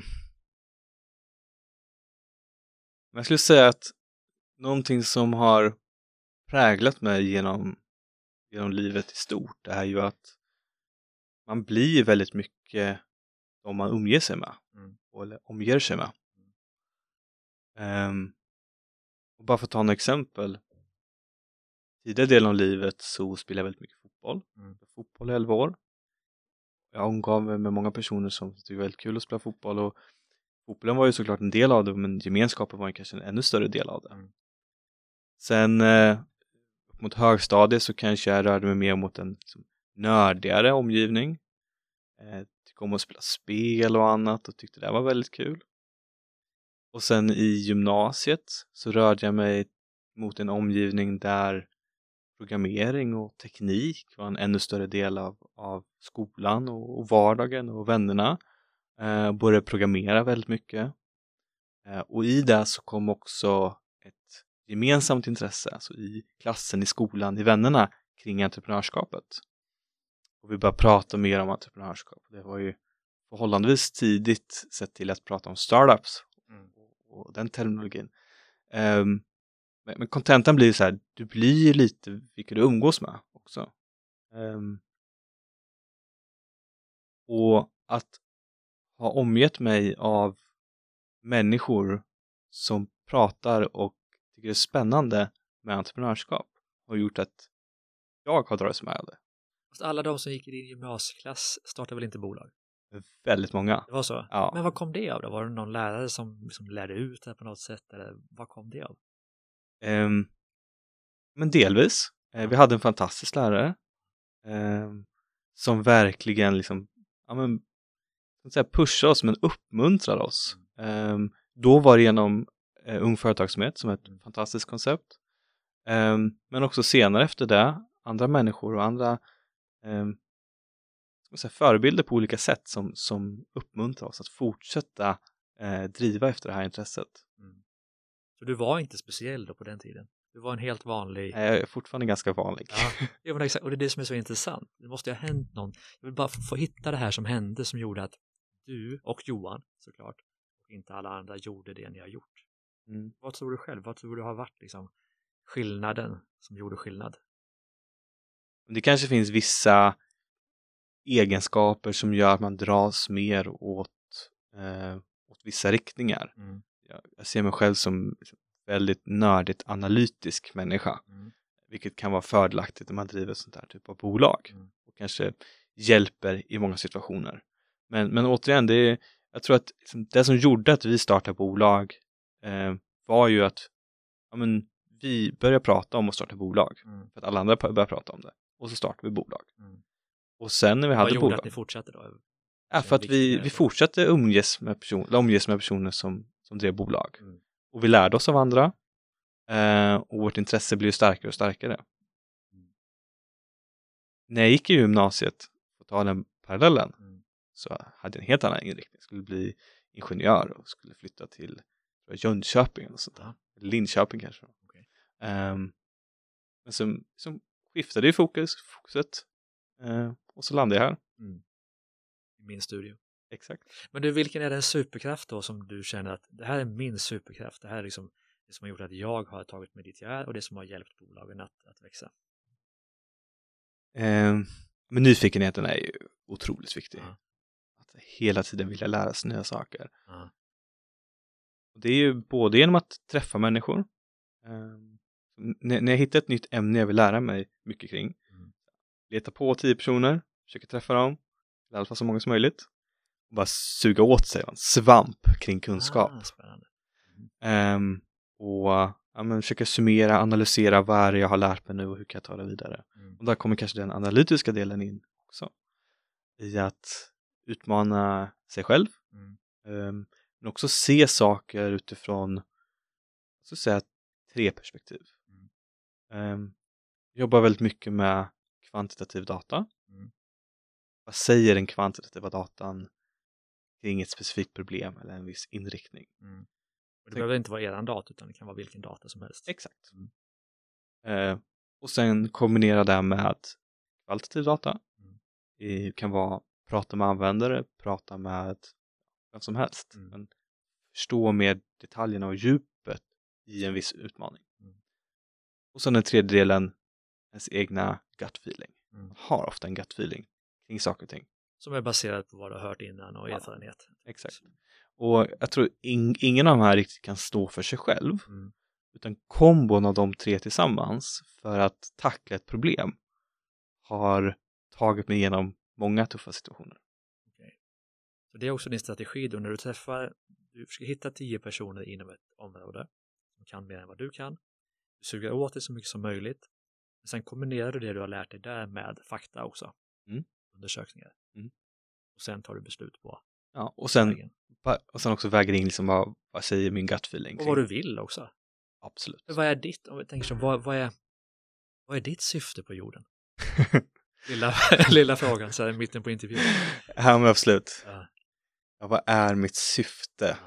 men jag skulle säga att någonting som har präglat mig genom, genom livet i stort är ju att man blir väldigt mycket om man omger sig med. Mm. Eller omger sig med. Um, och bara för att ta en exempel. Tidigare delen av livet så spelade jag väldigt mycket fotboll. Mm. Fotboll i elva år. Jag omgav mig med många personer som tyckte det var väldigt kul att spela fotboll. Och fotbollen var ju såklart en del av det, men gemenskapen var kanske en ännu större del av det. Mm. Sen eh, mot högstadiet så kanske jag rörde mig mer mot en liksom, nördigare omgivning. Eh, tyckte om att spela spel och annat och tyckte det var väldigt kul. Och sen i gymnasiet så rörde jag mig mot en omgivning där programmering och teknik var en ännu större del av, av skolan och, och vardagen och vännerna. Eh, började programmera väldigt mycket. Eh, och i det så kom också ett gemensamt intresse, alltså i klassen, i skolan, i vännerna kring entreprenörskapet. Och vi började prata mer om entreprenörskap. Det var ju förhållandevis tidigt sett till att prata om startups Mm. och, och den terminologin. Um, men, men kontentan blir så här, du blir lite vilka du umgås med också. Um, och att ha omgett mig av människor som pratar och tycker det är spännande med entreprenörskap har gjort att jag har dragits med det. Fast alla de som gick i din gymnasieklass startade väl inte bolag? Väldigt många. Det var så? Ja. Men vad kom det av då? Var det någon lärare som, som lärde ut det på något sätt? Eller vad kom det av? Um, men delvis. Uh, vi hade en fantastisk lärare um, som verkligen liksom, ja, men, säga pushade oss men uppmuntrade oss. Um, då var det genom uh, Ung Företagsamhet som är ett mm. fantastiskt koncept. Um, men också senare efter det, andra människor och andra um, ska man säga, förebilder på olika sätt som, som uppmuntrar oss att fortsätta uh, driva efter det här intresset. Mm. Så du var inte speciell då på den tiden? Du var en helt vanlig... Jag är fortfarande ganska vanlig. Ja, ja, men exakt. Och det är det som är så intressant. Det måste ju ha hänt någon. Jag vill bara få, få hitta det här som hände som gjorde att du och Johan såklart och inte alla andra gjorde det ni har gjort. Mm. Vad tror du själv? Vad tror du har varit liksom skillnaden som gjorde skillnad? Det kanske finns vissa egenskaper som gör att man dras mer åt, eh, åt vissa riktningar. Mm. Jag, jag ser mig själv som väldigt nördigt analytisk människa. Mm. Vilket kan vara fördelaktigt när man driver sånt här typ av bolag. Mm. Och kanske hjälper i många situationer. Men, men återigen, det är, jag tror att liksom, det som gjorde att vi startade bolag eh, var ju att ja, men, vi började prata om att starta bolag. Mm. För att alla andra började prata om det. Och så startade vi bolag. Mm. Och sen när vi Vad hade gjorde bolag. att ni fortsatte då? Ja, för att vi, vi fortsatte umges med, person, umges med personer som, som drev bolag. Mm. Och vi lärde oss av andra. Eh, och vårt intresse blev starkare och starkare. Mm. När jag gick i gymnasiet, och ta den parallellen, Mm. så hade jag en helt annan inriktning. Jag skulle bli ingenjör och skulle flytta till Jönköping och sånt där. Ja. Linköping kanske. Okay. Um, men som, som skiftade i fokus, fokuset. Uh, och så landade jag här. Mm. I min studio. Exakt. Men du, vilken är den superkraft då som du känner att det här är min superkraft? Det här är liksom det som har gjort att jag har tagit mig dit jag är och det som har hjälpt bolagen att, att växa. Um, men nyfikenheten är ju otroligt viktig. Ja. Att hela tiden vilja lära sig nya saker. Ja. Och det är ju både genom att träffa människor. Um, när, när jag hittar ett nytt ämne jag vill lära mig mycket kring. Mm. Leta på tio personer. Försöka träffa dem. I alla fall så många som möjligt. Och bara suga åt sig en svamp kring kunskap. Ah, spännande. Mm. Um, och ja, men försöka summera, analysera vad är det jag har lärt mig nu och hur kan jag ta det vidare. Mm. Och där kommer kanske den analytiska delen in också. I att utmana sig själv. Mm. Um, men också se saker utifrån så att säga, tre perspektiv. Mm. Um, jobbar väldigt mycket med kvantitativ data. Mm. Vad säger den kvantitativa datan kring ett specifikt problem eller en viss inriktning? Mm. Och det behöver inte vara eran data utan det kan vara vilken data som helst. Exakt. Mm. Uh, och sen kombinera det med kvalitativ data. Mm. Det kan vara prata med användare, prata med vem som helst. Mm. Men förstå med detaljerna och djupet i en viss utmaning. Mm. Och sen den tredje delen, ens egna gut feeling. Mm. Man har ofta en gut feeling kring saker och ting. Som är baserad på vad du har hört innan och erfarenhet. Ja, exakt. Och jag tror in, ingen av de här riktigt kan stå för sig själv. Mm. Utan kombon av de tre tillsammans för att tackla ett problem har tagit mig igenom många tuffa situationer. Okay. Så det är också din strategi då när du träffar, du ska hitta tio personer inom ett område som kan mer än vad du kan. Du suger åt det så mycket som möjligt. Men sen kombinerar du det du har lärt dig där med fakta också. Mm. Undersökningar. Mm. Och sen tar du beslut på. Ja, och sen, och sen också väger in liksom vad, vad säger min gut feeling. Och vad du vill också. Absolut. Men vad är ditt, om vi tänker så, vad, vad, är, vad är ditt syfte på jorden? lilla, lilla frågan så här i mitten på intervjun. Ja, men absolut. Ja. Ja, vad är mitt syfte? Ja.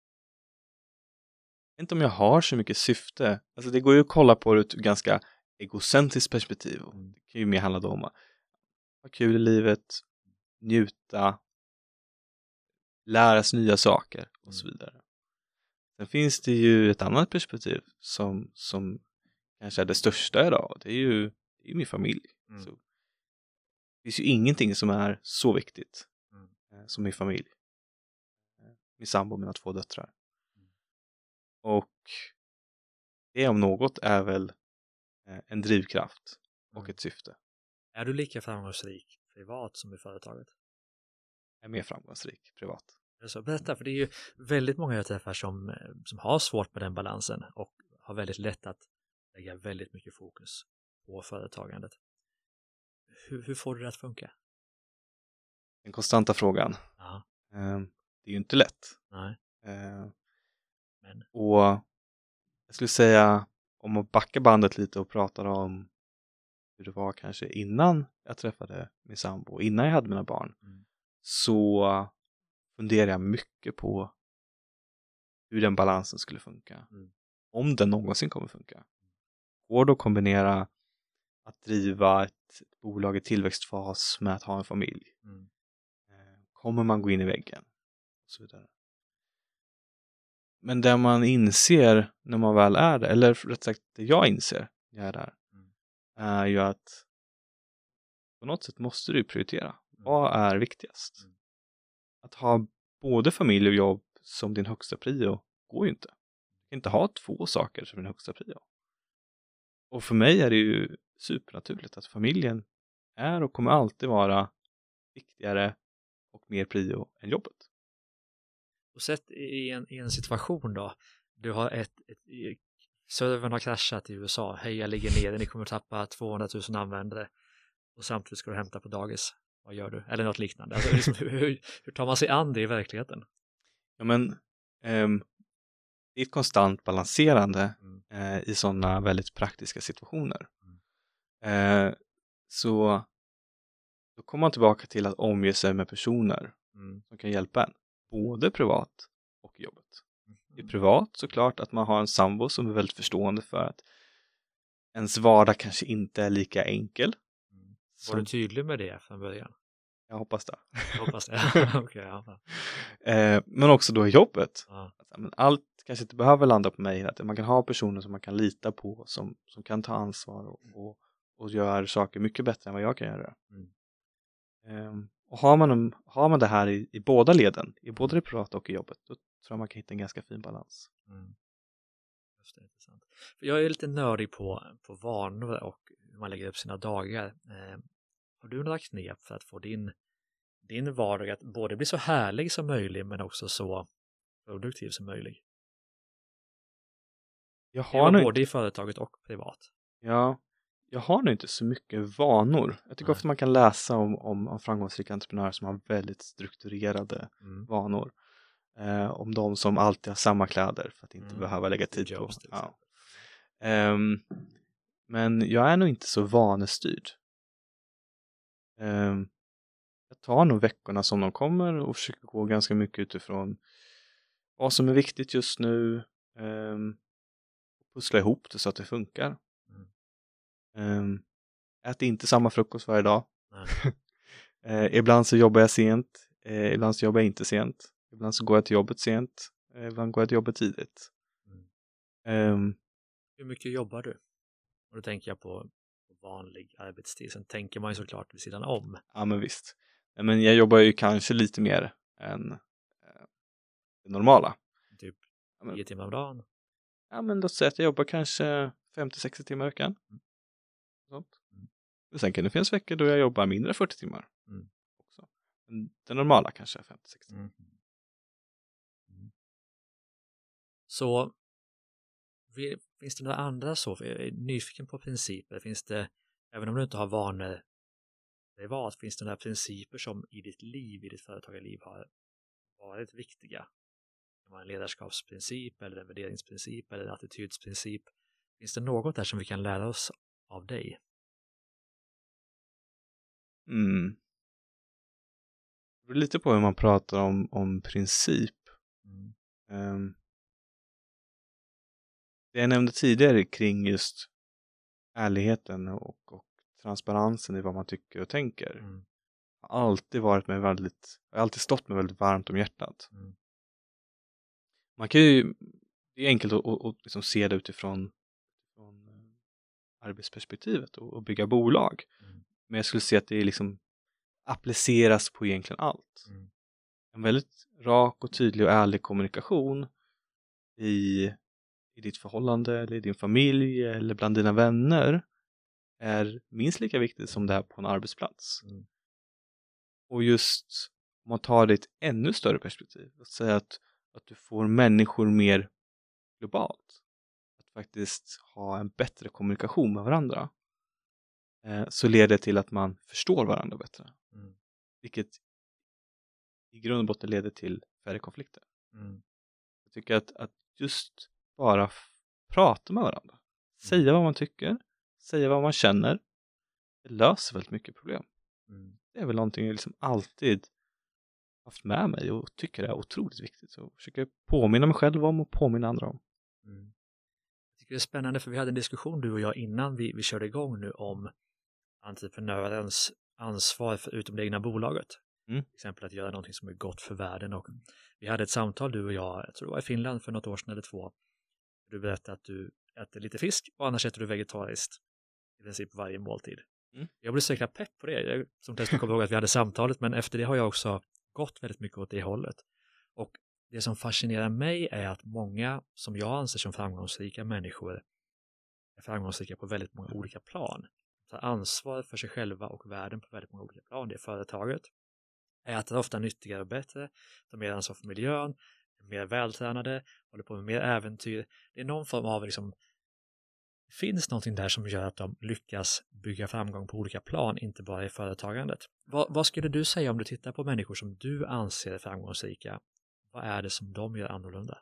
Jag vet inte om jag har så mycket syfte. Alltså det går ju att kolla på det ur ett ganska egocentriskt perspektiv. Mm. Det kan ju mer handla om att ha kul i livet, njuta, lära sig nya saker och så vidare. Sen finns det ju ett annat perspektiv som, som kanske är det största idag. Det är ju, det är min familj. Mm. Så det finns ju ingenting som är så viktigt mm. som min familj. Min sambo och mina två döttrar. Mm. Och det om något är väl en drivkraft och mm. ett syfte. Är du lika framgångsrik privat som i företaget? Jag är mer framgångsrik privat. Så berätta, för det är ju väldigt många jag träffar som, som har svårt med den balansen och har väldigt lätt att lägga väldigt mycket fokus på företagandet. Hur, hur får du det att funka? Den konstanta frågan. Ja. Det är ju inte lätt. Nej. Men. Och jag skulle säga, om man backar bandet lite och pratar om hur det var kanske innan jag träffade min sambo, innan jag hade mina barn, mm. så funderar jag mycket på hur den balansen skulle funka. Mm. Om den någonsin kommer funka. Går det att kombinera att driva ett bolag i tillväxtfas med att ha en familj? Mm. Kommer man gå in i väggen? Och så vidare. Men det man inser när man väl är där, eller rätt sagt det jag inser när jag är där, Mm. är ju att på något sätt måste du prioritera. Mm. Vad är viktigast? Mm. Att ha både familj och jobb som din högsta prio går ju inte. Du kan inte ha två saker som din högsta prio. Och för mig är det ju supernaturligt att familjen är och kommer alltid vara viktigare och mer prio än jobbet. Och sett i en, i en situation då, du har ett, ett servern har kraschat i U S A, hej jag ligger nere, ni kommer att tappa tvåhundratusen användare och samtidigt ska du hämta på dagis. Vad gör du? Eller något liknande. Alltså, liksom, hur, hur tar man sig an det i verkligheten? Ja men um, det är ett konstant balanserande mm. uh, i sådana väldigt praktiska situationer. Mm. Uh, så då kommer man tillbaka till att omge sig med personer mm. som kan hjälpa en. Både privat och i jobbet. Mm. I privat såklart att man har en sambo som är väldigt förstående för att ens vardag kanske inte är lika enkel. Mm. Var du tydlig med det från början? Jag hoppas det. Jag hoppas det. okay, ja. eh, men också då i jobbet. Ja. Alltså, men allt kanske inte behöver landa på mig. Att man kan ha personer som man kan lita på. Som, som kan ta ansvar och, och, och gör saker mycket bättre än vad jag kan göra. Mm. Eh, och har man, har man det här i, i båda leden. I både det privata och i jobbet. Då tror jag man kan hitta en ganska fin balans. Mm. Just det, intressant. För jag är lite nördig på, på vanor och hur man lägger upp sina dagar. Eh, har du några knep för att få din, din vardag att både bli så härlig som möjligt men också så produktiv som möjligt? Jag har både inte... i företaget och privat. Ja, jag har nog inte så mycket vanor. Jag tycker Nej. ofta man kan läsa om, om, om framgångsrika entreprenörer som har väldigt strukturerade mm. vanor. Eh, om de som alltid har samma kläder för att inte mm. behöva lägga tid på. Ja. Um, men jag är nog inte så vanestyrd. Um, jag tar nog veckorna som de kommer och försöker gå ganska mycket utifrån vad som är viktigt just nu. Um, pussla ihop det så att det funkar. Mm. Um, äter inte samma frukost varje dag. eh, ibland så jobbar jag sent. Eh, ibland så jobbar jag inte sent. Ibland så går jag till jobbet sent. Eh, ibland går jag till jobbet tidigt. Mm. Um, Hur mycket jobbar du? Och då tänker jag på vanlig arbetstid. Sen tänker man ju såklart vid sidan om. Ja men visst. Men jag jobbar ju kanske lite mer än eh, det normala. Typ nio timmar om dagen? Ja men låt säga att jag jobbar kanske femtio till sextio timmar i veckan. Mm. Sånt. Mm. Och sen kan det finnas veckor då jag jobbar mindre än fyrtio timmar. Mm. Också. Men det normala kanske är femtio till sextio timmar. Mm. Mm. Så finns det några andra så? Jag är nyfiken på principer. Finns det, även om du inte har vanor privat, finns det några principer som i ditt liv, i ditt företagarliv har varit viktiga? Det var en ledarskapsprincip eller en värderingsprincip eller en attitydsprincip. Finns det något där som vi kan lära oss av dig? Mm. Det beror lite på hur man pratar om, om princip. Mm. Um, det jag nämnde tidigare kring just ärligheten och, och transparensen i vad man tycker och tänker. Mm. Har alltid varit med väldigt, har alltid stått med väldigt varmt om hjärtat. Mm. Man kan ju, det är enkelt att, att, att liksom se det utifrån från arbetsperspektivet och, och bygga bolag. Mm. Men jag skulle säga att det liksom appliceras på egentligen allt. Mm. En väldigt rak och tydlig och ärlig kommunikation i, i ditt förhållande eller i din familj eller bland dina vänner är minst lika viktigt som det är på en arbetsplats. Mm. Och just om man tar det i ett ännu större perspektiv, att säga att, att du får människor mer globalt, att faktiskt ha en bättre kommunikation med varandra, eh, så leder det till att man förstår varandra bättre. Mm. Vilket i grund och botten leder till färre konflikter. Mm. Jag tycker att, att just bara f- prata med varandra, mm. säga vad man tycker, säga vad man känner, det löser väldigt mycket problem. Mm. Det är väl någonting jag liksom alltid haft med mig och tycker är otroligt viktigt. Så jag försöker påminna mig själv om och påminna andra om. Mm. Jag tycker det är spännande för vi hade en diskussion du och jag innan vi, vi körde igång nu om entreprenörens ansvar för utom det egna bolaget. Mm. Till exempel att göra någonting som är gott för världen. Och vi hade ett samtal du och jag, jag tror det var i Finland för något år sedan eller två. Du berättade att du äter lite fisk och annars äter du vegetariskt i princip varje måltid. Mm. Jag blev säkert pepp på det. Jag som dessutom kommer ihåg att vi hade samtalet, men efter det har jag också gått väldigt mycket åt det hållet. Och det som fascinerar mig är att många som jag anser som framgångsrika människor är framgångsrika på väldigt många olika plan. De tar ansvar för sig själva och världen på väldigt många olika plan. Det är företaget, äter ofta nyttigare och bättre, tar mer ansvar för miljön, är mer vältränade, håller på med mer äventyr. Det är någon form av liksom, det finns någonting där som gör att de lyckas bygga framgång på olika plan, inte bara i företagandet. Vad, vad skulle du säga om du tittar på människor som du anser är framgångsrika? Vad är det som de gör annorlunda?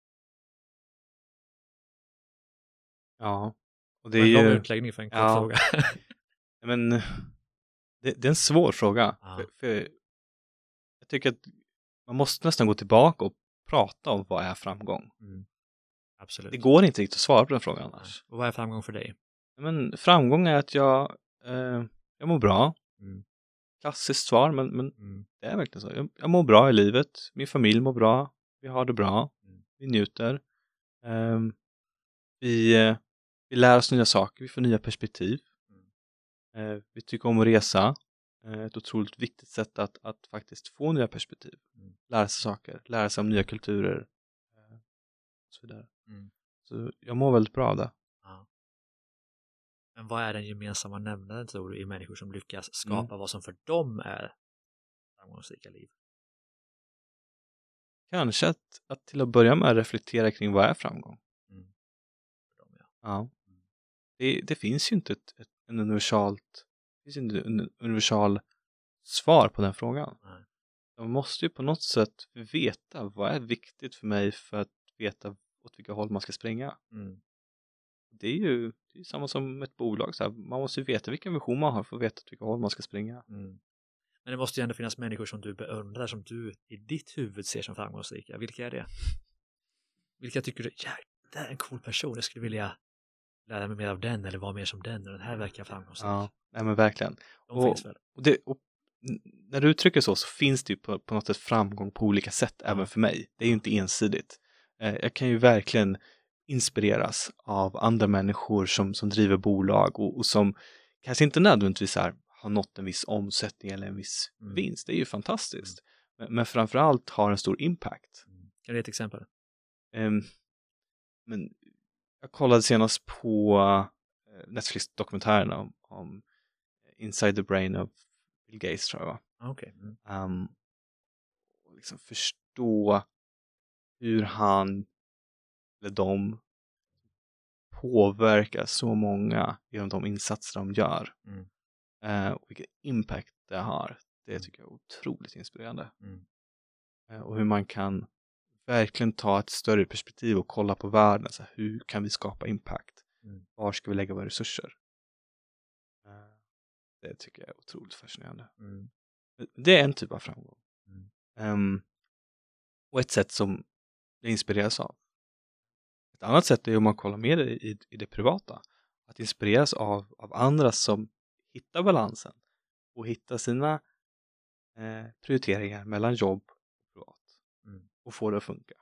Ja. Och det det är en är lång ju... utläggning för en kort ja. fråga. Men det, det är en svår fråga. Ja. För, för jag tycker att man måste nästan gå tillbaka och prata om vad är framgång. Mm. Absolut. Det går inte riktigt att svara på den frågan annars. Och vad är framgång för dig? Men framgång är att jag, eh, jag mår bra. Mm. Klassiskt svar, men, men Mm. det är verkligen så. Jag, jag mår bra i livet. Min familj mår bra. Vi har det bra. Mm. Vi njuter. Eh, vi, eh, vi lär oss nya saker. Vi får nya perspektiv. Mm. Eh, vi tycker om att resa. Eh, ett otroligt viktigt sätt att, att faktiskt få nya perspektiv. Mm. Lära sig saker. Lära sig om nya kulturer. Eh, och så vidare. Mm. Så jag mår väldigt bra av det. Ja. Men vad är den gemensamma nämnaren tror du i människor som lyckas skapa Mm. vad som för dem är framgångsrika liv? Kanske att, att till att börja med reflektera kring vad är framgång. Mm. För dem, ja. Ja. Det, det finns ju inte ett, ett en universalt det finns inte en universal svar på den frågan. Nej. Man måste ju på något sätt veta vad är viktigt för mig för att veta åt vilka håll man ska springa. Mm. Det är ju det är samma som ett bolag. Så här, man måste ju veta vilken vision man har för att veta åt vilka håll man ska springa. Mm. Men det måste ju ändå finnas människor som du beundrar, som du i ditt huvud ser som framgångsrika. Vilka är det? Vilka tycker du, ja, det är en cool person, jag skulle vilja lära mig mer av den eller vara mer som den och den här verkar framgångsrik. Ja, nej men verkligen. De och, finns väl? Och det, och när du uttrycker så så finns det ju på, på något sätt framgång på olika sätt Ja. även för mig. Det är ju inte ensidigt. Eh, jag kan ju verkligen inspireras av andra människor som, som driver bolag och, och som kanske inte nödvändigtvis är, har nått en viss omsättning eller en viss Mm. vinst. Det är ju fantastiskt. Men, men framförallt har en stor impact. Mm. Kan du ge ett exempel? Um, men jag kollade senast på uh, Netflix-dokumentärerna om, om Inside the Brain of Bill Gates tror jag va? Okej. Okay. Mm. Um, och liksom förstå hur han eller de påverkar så många genom de insatser de gör. Mm. Uh, och vilken impact det har. Det Mm. tycker jag är otroligt inspirerande. Mm. Uh, och hur man kan verkligen ta ett större perspektiv och kolla på världen. Så här, hur kan vi skapa impact? Mm. Var ska vi lägga våra resurser? Uh, det tycker jag är otroligt fascinerande. Mm. Det är en typ av framgång. Mm. Um, och ett sätt som jag inspireras av. Ett annat sätt är om man kollar mer i, i det privata. Att inspireras av, av andra som hittar balansen. Och hittar sina eh, prioriteringar mellan jobb och privat. Mm. Och får det att funka.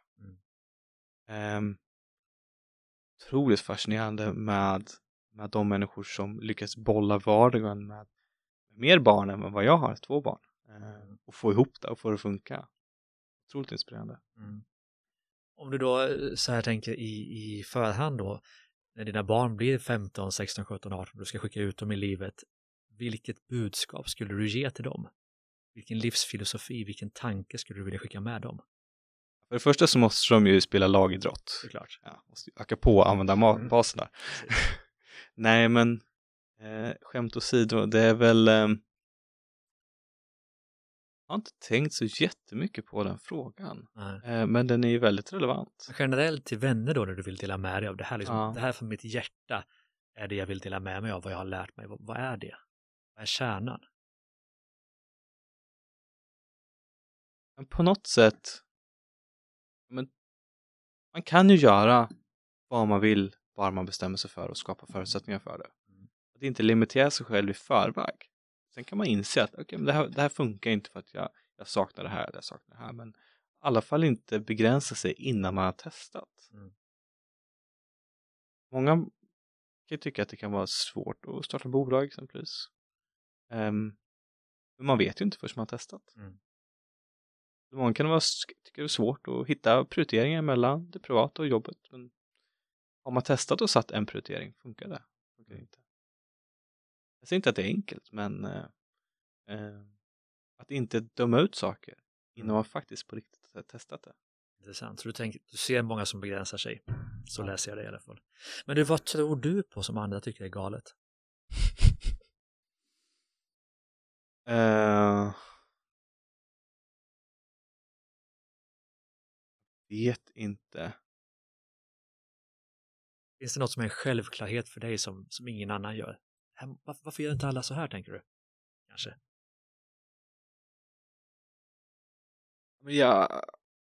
Mm. Um, otroligt fascinerande med, med de människor som lyckas bolla vardagen med, med mer barn än vad jag har, två barn. Uh, och få ihop det och få det att funka. Otroligt inspirerande. Mm. Om du då så här tänker i, i förhand då, när dina barn blir femton, sexton, sjutton, arton, du ska skicka ut dem i livet, vilket budskap skulle du ge till dem? Vilken livsfilosofi, vilken tanke skulle du vilja skicka med dem? För det första så måste de ju spela lagidrott. Såklart. Ja, måste öka på och använda ma- Mm. baserna. Nej men eh, skämt åsido, det är väl eh, jag har inte tänkt så jättemycket på den frågan. Eh, men den är ju väldigt relevant. Men generellt till vänner då när du vill dela med dig av det här, liksom, Ja. det här från mitt hjärta är det jag vill dela med mig av, vad jag har lärt mig. Vad, vad är det? Vad är kärnan? Men på något sätt men, man kan ju göra vad man vill bara man bestämmer sig för att skapa förutsättningar för det. Att inte limitera sig själv i förväg. Sen kan man inse att okay, men det, här, det här funkar inte för att jag, jag saknar det här eller jag saknar det här. Men i alla fall inte begränsa sig innan man har testat. Mm. Många kan ju tycka att det kan vara svårt att starta bolag exempelvis. Um, men man vet ju inte förrän man har testat. Mm. Många kan vara, tycka det är svårt att hitta prioriteringar mellan det privata och jobbet. Men har man testat och satt en prioritering, funkar det? Funkar det inte? Jag säger inte att det är enkelt, men eh, eh, att inte döma ut saker innan man faktiskt på riktigt har testat det. Intressant. Så du, tänker, du ser många som begränsar sig. Så ja. Läser jag det i alla fall. Men du, vad tror du på som andra tycker är galet? uh, vet inte. Finns det något som är en självklarhet för dig som, som ingen annan gör? Varför, varför gör inte alla så här, tänker du? Kanske. Men jag...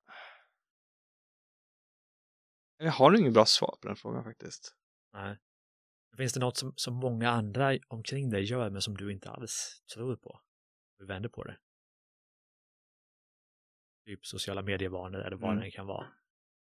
Jag har ingen bra svar på den frågan faktiskt. Nej. Finns det något som, som många andra omkring dig gör men som du inte alls tror på? Du vänder på det. Typ sociala medievanor eller vad mm. det kan vara.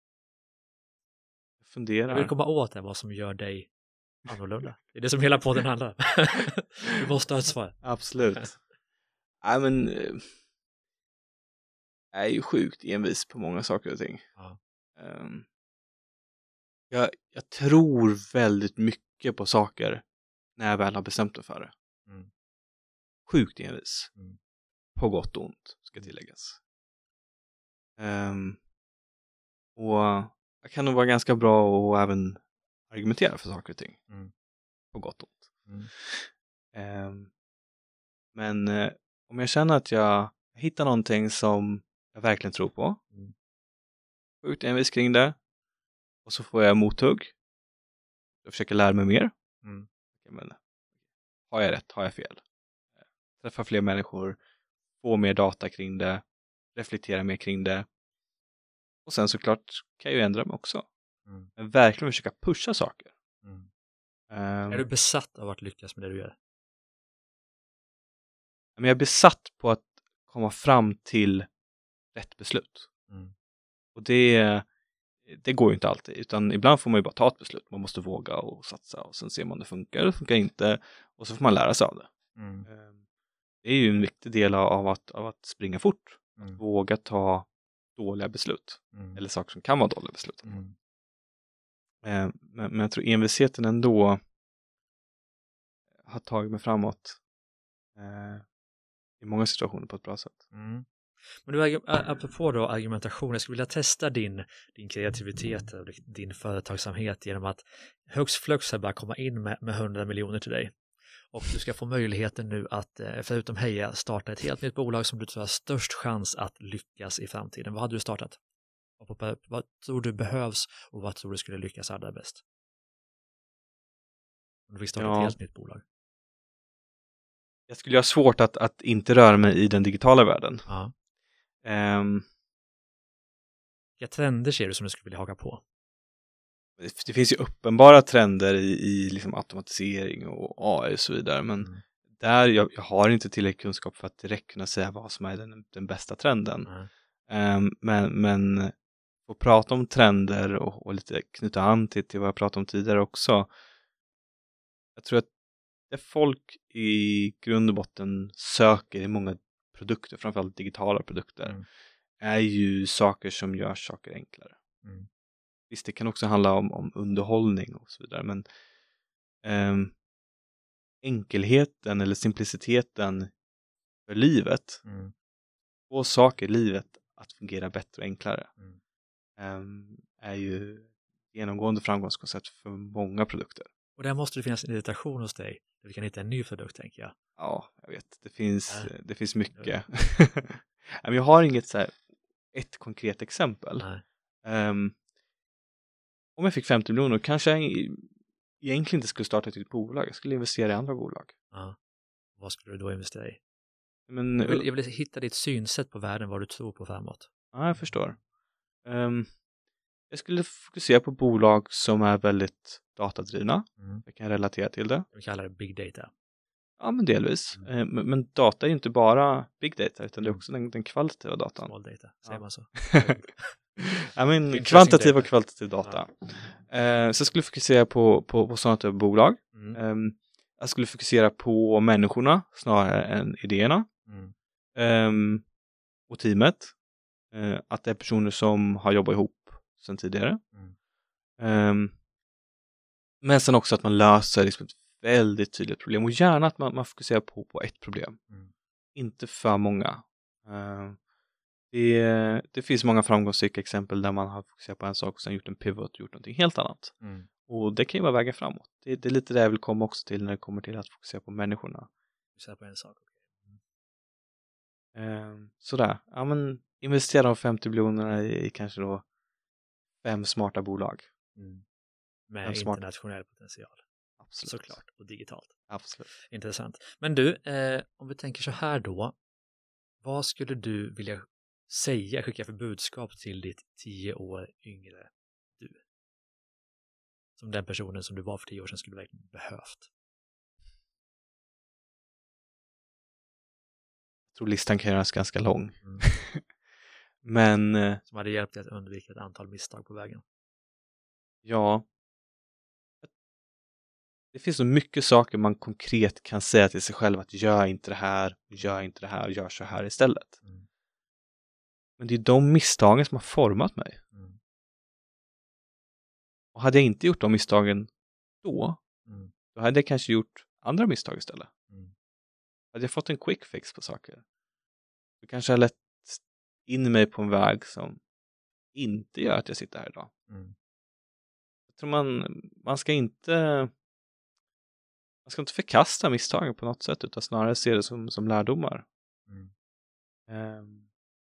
Jag funderar. Jag vill komma åt det, vad som gör dig annorlunda. Det är det som hela podden handlar om. Du måste ha ett svar. Absolut. Nej, men jag är ju sjukt envis på många saker och ting. Ja. Um, jag, jag tror väldigt mycket på saker när jag väl har bestämt mig för det. Mm. Sjukt envis. Mm. På gott och ont, ska tilläggas. Um, och jag kan nog vara ganska bra att även argumentera för saker och ting. Mm. På gott och ont. Mm. Um, men uh, om jag känner att jag hittar någonting som jag verkligen tror på. Mm. Sjukt envis kring det. Och så får jag mothugg. Jag försöker lära mig mer. Mm. Men, har jag rätt? Har jag fel? Träffa fler människor. Få mer data kring det. Reflektera mer kring det. Och sen såklart kan jag ju ändra mig också. Mm. Men verkligen försöka pusha saker. Mm. Um, är du besatt av att lyckas med det du gör? Men jag är besatt på att komma fram till rätt beslut. Mm. Och det, det går ju inte alltid. Utan ibland får man ju bara ta ett beslut. Man måste våga och satsa. Och sen ser man om det funkar. Det funkar inte. Och så får man lära sig av det. Mm. Um, det är ju en viktig del av att, av att springa fort. Mm. Att våga ta dåliga beslut. Mm. Eller saker som kan vara dåliga beslut. Mm. Um, men, men jag tror envisheten ändå har tagit mig framåt. Uh, i många situationer på ett bra sätt. Mm. Men du, apropå då argumentation, jag skulle vilja testa din, din kreativitet och din företagsamhet genom att högst flux bara komma in med, med hundra miljoner till dig. Och du ska få möjligheten nu att, förutom Heja, starta ett helt nytt bolag som du tror har störst chans att lyckas i framtiden. Vad hade du startat? Vad tror du behövs och vad tror du skulle lyckas allra bäst? Om du fick starta ja. ett helt nytt bolag. Jag skulle ha svårt att, att inte röra mig i den digitala världen. Ja. Um, Vilka trender ser du som du skulle vilja haka på? Det, det finns ju uppenbara trender i, i liksom automatisering och A I och så vidare. Men mm. där jag, jag har inte tillräcklig kunskap för att direkt kunna säga vad som är den, den bästa trenden. Mm. Um, men, men att prata om trender och, och lite knyta an till, till vad jag pratade om tidigare också. Jag tror att det folk i grund och botten söker i många produkter, framförallt digitala produkter, mm. är ju saker som gör saker enklare. Mm. Visst, det kan också handla om, om underhållning och så vidare, men um, enkelheten eller simpliciteten för livet, mm. och saker i livet att fungera bättre och enklare, mm. um, är ju genomgående framgångskoncept för många produkter. Och där måste det finnas en irritation hos dig. Där vi kan hitta en ny produkt, tänker jag. Ja, jag vet. Det finns, äh. det finns mycket. Men jag har inget så här, ett konkret exempel. Um, om jag fick femtio miljoner kanske jag egentligen inte skulle starta ett nytt bolag. Jag skulle investera i andra bolag. Ja. Vad skulle du då investera i? Men, jag, vill, jag vill hitta ditt synsätt på världen, vad du tror på framåt. Ja, jag förstår. Um, jag skulle fokusera på bolag som är väldigt datadrivna. Mm. Jag kan relatera till det. Vi kallar det big data. Ja, men delvis. Mm. Eh, Men, men data är ju inte bara big data, utan det är Mm. också den, den kvalitativa datan. Small data, säger Ja. man så? Ja, men Interesting kvantitativ data. och kvalitativ data. Eh, så jag skulle fokusera på, på, på sådana typer av bolag. Mm. Eh, jag skulle fokusera på människorna snarare än idéerna. Mm. Eh, och teamet. Eh, att det är personer som har jobbat ihop sedan tidigare. Mm. Eh, men sen också att man löser liksom ett väldigt tydligt problem. Och gärna att man, man fokuserar på, på ett problem. Mm. Inte för många. Eh, det, det finns många framgångsrika exempel där man har fokuserat på en sak och sen gjort en pivot och gjort någonting helt annat. Mm. Och det kan ju vara vägen framåt. Det, det är lite det jag vill komma också till när det kommer till att fokusera på människorna. Fokusera på en sak. Eh, sådär. Ja, men investera de femtio miljonerna i, i kanske då fem smarta bolag. Mm. Med En smart- internationell potential. Absolut. Såklart. Och digitalt. Absolut. Intressant. Men du, eh, om vi tänker så här då. Vad skulle du vilja säga, skicka för budskap till ditt tio år yngre du? Som den personen som du var för tio år sedan skulle verkligen behövt. Jag tror listan kan göras ganska lång. Mm. Men eh, Som hade hjälpt dig att undvika ett antal misstag på vägen. ja, det finns så mycket saker man konkret kan säga till sig själv att gör inte det här, gör inte det här, gör så här istället. Mm. Men det är de misstagen som har format mig. Mm. Och hade jag inte gjort de misstagen då, Mm. då hade jag kanske gjort andra misstag istället. Mm. Hade jag fått en quick fix på saker, då kanske jag lett in mig på en väg som inte gör att jag sitter här idag. Mm. Jag tror man, man ska inte man ska inte förkasta misstagen på något sätt, utan snarare se det som, som lärdomar. Mm. Um,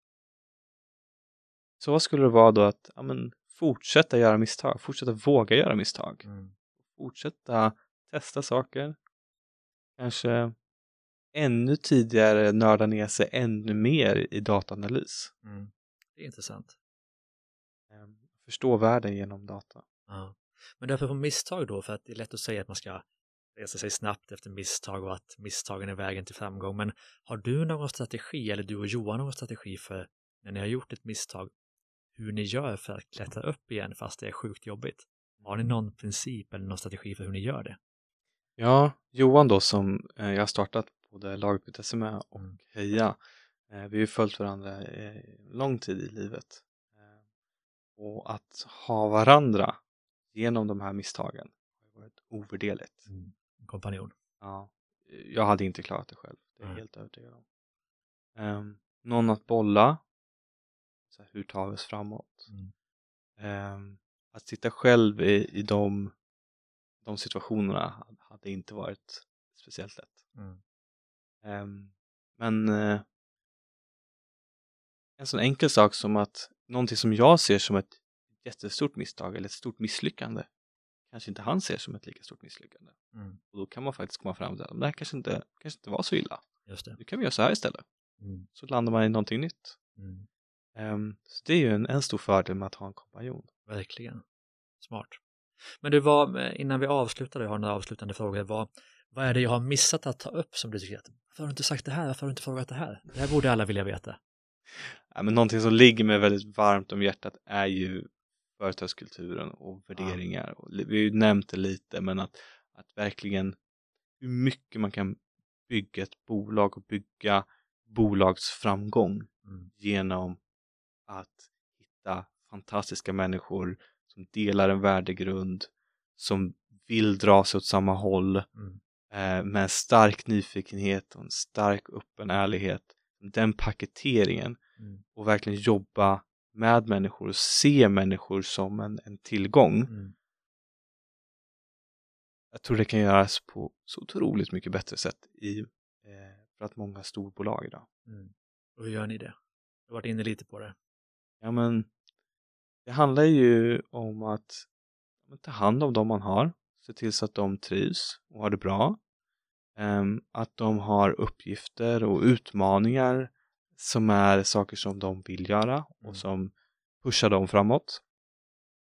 så vad skulle det vara då att ja, men, fortsätta göra misstag, fortsätta våga göra misstag, Mm. fortsätta testa saker, kanske ännu tidigare nörda ner sig ännu mer i dataanalys. Mm. Det är intressant. Um, förstå världen genom data. Ja. Men därför på misstag då, för att det är lätt att säga att man ska resa sig snabbt efter misstag och att misstagen är vägen till framgång. Men har du någon strategi, eller du och Johan någon strategi för när ni har gjort ett misstag, hur ni gör för att klättra upp igen fast det är sjukt jobbigt? Har ni någon princip eller någon strategi för hur ni gör det? Ja, Johan då som eh, jag har startat både laget punkt se med och Mm. Heja. Eh, vi har ju följt varandra eh, lång tid i livet. Eh, och att ha varandra genom de här misstagen har varit ovärderligt. Mm. Kompanjon. Ja, jag hade inte klarat det själv. Det är jag Mm. helt övertygad om. Um, någon att bolla. Så här, hur tar vi oss framåt? Mm. Um, att sitta själv i, i de, de situationerna hade inte varit speciellt lätt. Mm. Um, men uh, en sån enkel sak som att någonting som jag ser som ett jättestort misstag eller ett stort misslyckande kanske inte han ser som ett lika stort misslyckande. Mm. Och då kan man faktiskt komma fram till att det här kanske inte, kanske inte var så illa. Just det. Nu kan vi göra så här istället. Mm. Så landar man i någonting nytt. Mm. Um, så det är ju en, en stor fördel med att ha en kompanjon. Verkligen. Smart. Men du, var, innan vi avslutar, jag har några avslutande frågor. Vad, vad är det jag har missat att ta upp som du tycker att, varför har du inte sagt det här? Varför har du inte frågat det här? Det här borde alla vilja veta. Ja, men någonting som ligger mig väldigt varmt om hjärtat är ju företagskulturen och värderingar. Och vi har ju nämnt det lite, men att, att verkligen hur mycket man kan bygga ett bolag och bygga bolagsframgång Mm. genom att hitta fantastiska människor som delar en värdegrund, som vill dra sig åt samma håll, Mm. eh, med en stark nyfikenhet och en stark öppen ärlighet. Den paketeringen Mm. och verkligen jobba med människor och se människor som en, en tillgång. Mm. Jag tror det kan göras på så otroligt mycket bättre sätt i eh, för att många storbolag idag. Mm. Och hur gör ni det? Jag har varit inne lite på det. Ja, men det handlar ju om att ta hand om dem man har, se till så att de trivs och har det bra. Um, att de har uppgifter och utmaningar som är saker som de vill göra och Mm. som pushar dem framåt.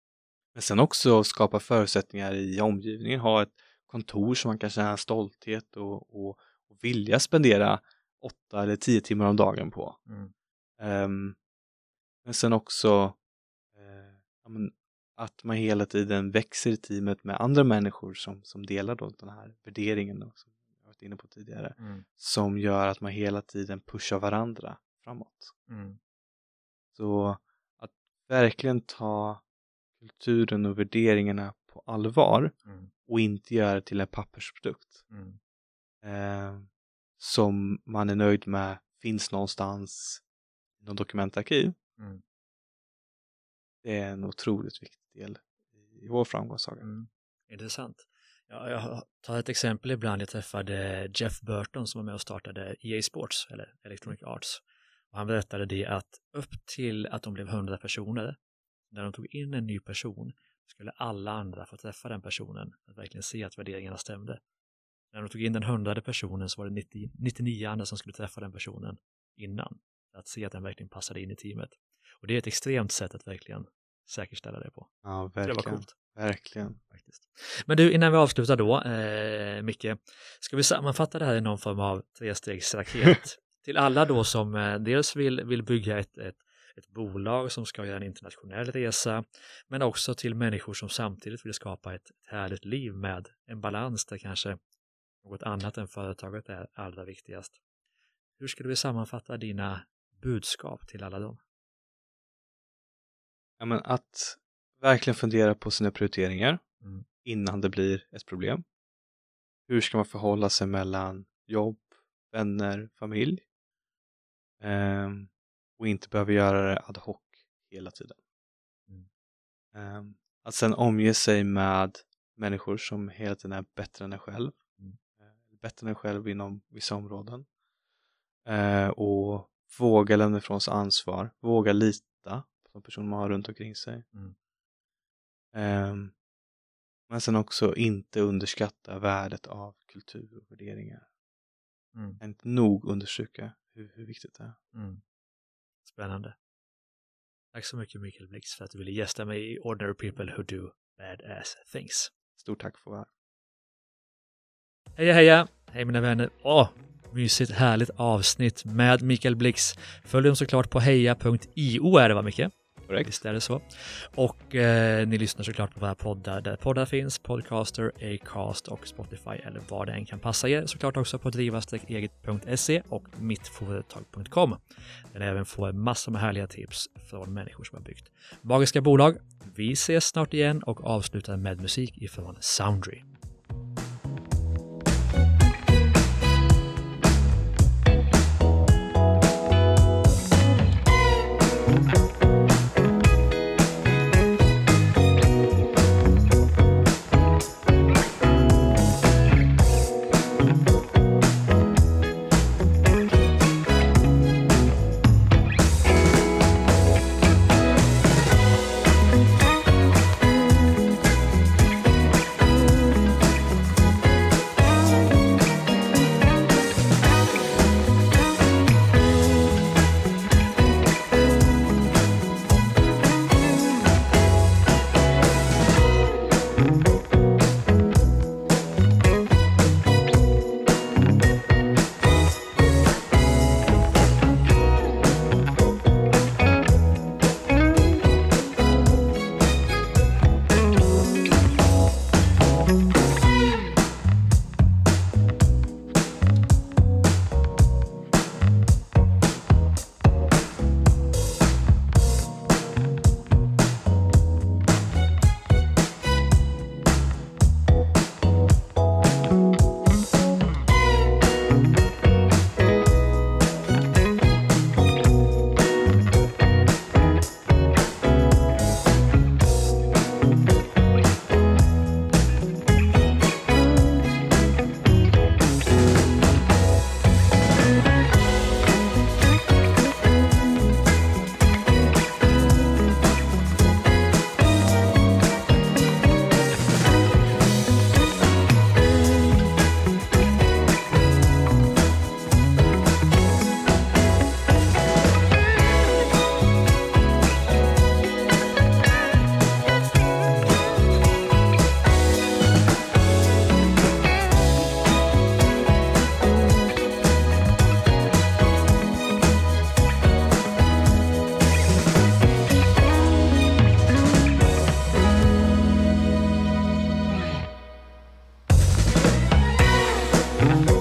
Men sen också skapa förutsättningar i omgivningen, ha ett kontor som man kan känna stolthet och, och, och vilja spendera åtta eller tio timmar om dagen på. Mm. Um, men sen också uh, ja, men, att man hela tiden växer i teamet med andra människor som, som delar då den här värderingen då, som jag varit inne på tidigare. Mm. Som gör att man hela tiden pushar varandra framåt. Mm. Så att verkligen ta kulturen och värderingarna på allvar Mm. och inte göra det till en pappersprodukt. Mm. Eh, som man är nöjd med finns någonstans i någon dokumentarkiv. Mm. Det är en otroligt viktig del i vår framgångssaga. Mm. Intressant. Ja, jag tar ett exempel ibland. Jag träffade Jeff Burton som var med och startade E A Sports eller Electronic Arts. Och han berättade det att upp till att de blev hundra personer, när de tog in en ny person, skulle alla andra få träffa den personen att verkligen se att värderingarna stämde. När de tog in den hundrade personen så var det nittio, nittionio andra som skulle träffa den personen innan. Att se att den verkligen passade in i teamet. Och det är ett extremt sätt att verkligen säkerställa det på. Ja, verkligen. Det var coolt. Verkligen. Faktiskt. Men du, innan vi avslutar då, eh, Micke, ska vi sammanfatta det här i någon form av trestegsraket till alla då som eh, dels vill, vill bygga ett, ett, ett bolag som ska göra en internationell resa, men också till människor som samtidigt vill skapa ett, ett härligt liv med en balans där kanske något annat än företaget är allra viktigast. Hur skulle vi sammanfatta dina budskap till alla dem? Ja, men att verkligen fundera på sina prioriteringar mm. innan det blir ett problem. Hur ska man förhålla sig mellan jobb, vänner, familj? Um, och inte behöva göra det ad hoc hela tiden. Mm. Um, att sen omge sig med människor som hela tiden är bättre än en själv. Mm. Uh, bättre än en själv inom vissa områden. Uh, och våga lämna ifrån sig ansvar. Våga lita på de personer man har runt omkring sig. Mm. Um, men sen också inte underskatta värdet av kultur och värderingar. Mm. Jag inte nog undersöka hur, hur viktigt det är. Mm. Spännande. Tack så mycket Mikael Blix för att du ville gästa mig i Ordinary People Who Do Badass Things. Stort tack för det här. Heja heja! Hej mina vänner! Åh, mysigt härligt avsnitt med Mikael Blix. Följ dem såklart på heja punkt io är det va Micke? Korrekt. Visst är det så. Och eh, ni lyssnar såklart på våra poddar där poddar finns, Podcaster, Acast och Spotify eller vad det än kan passa er. Såklart också på driva eget punkt se och mittföretag punkt com. Där ni även får massor med härliga tips från människor som har byggt magiska bolag. Vi ses snart igen och avslutar med musik ifrån Soundry. Hej!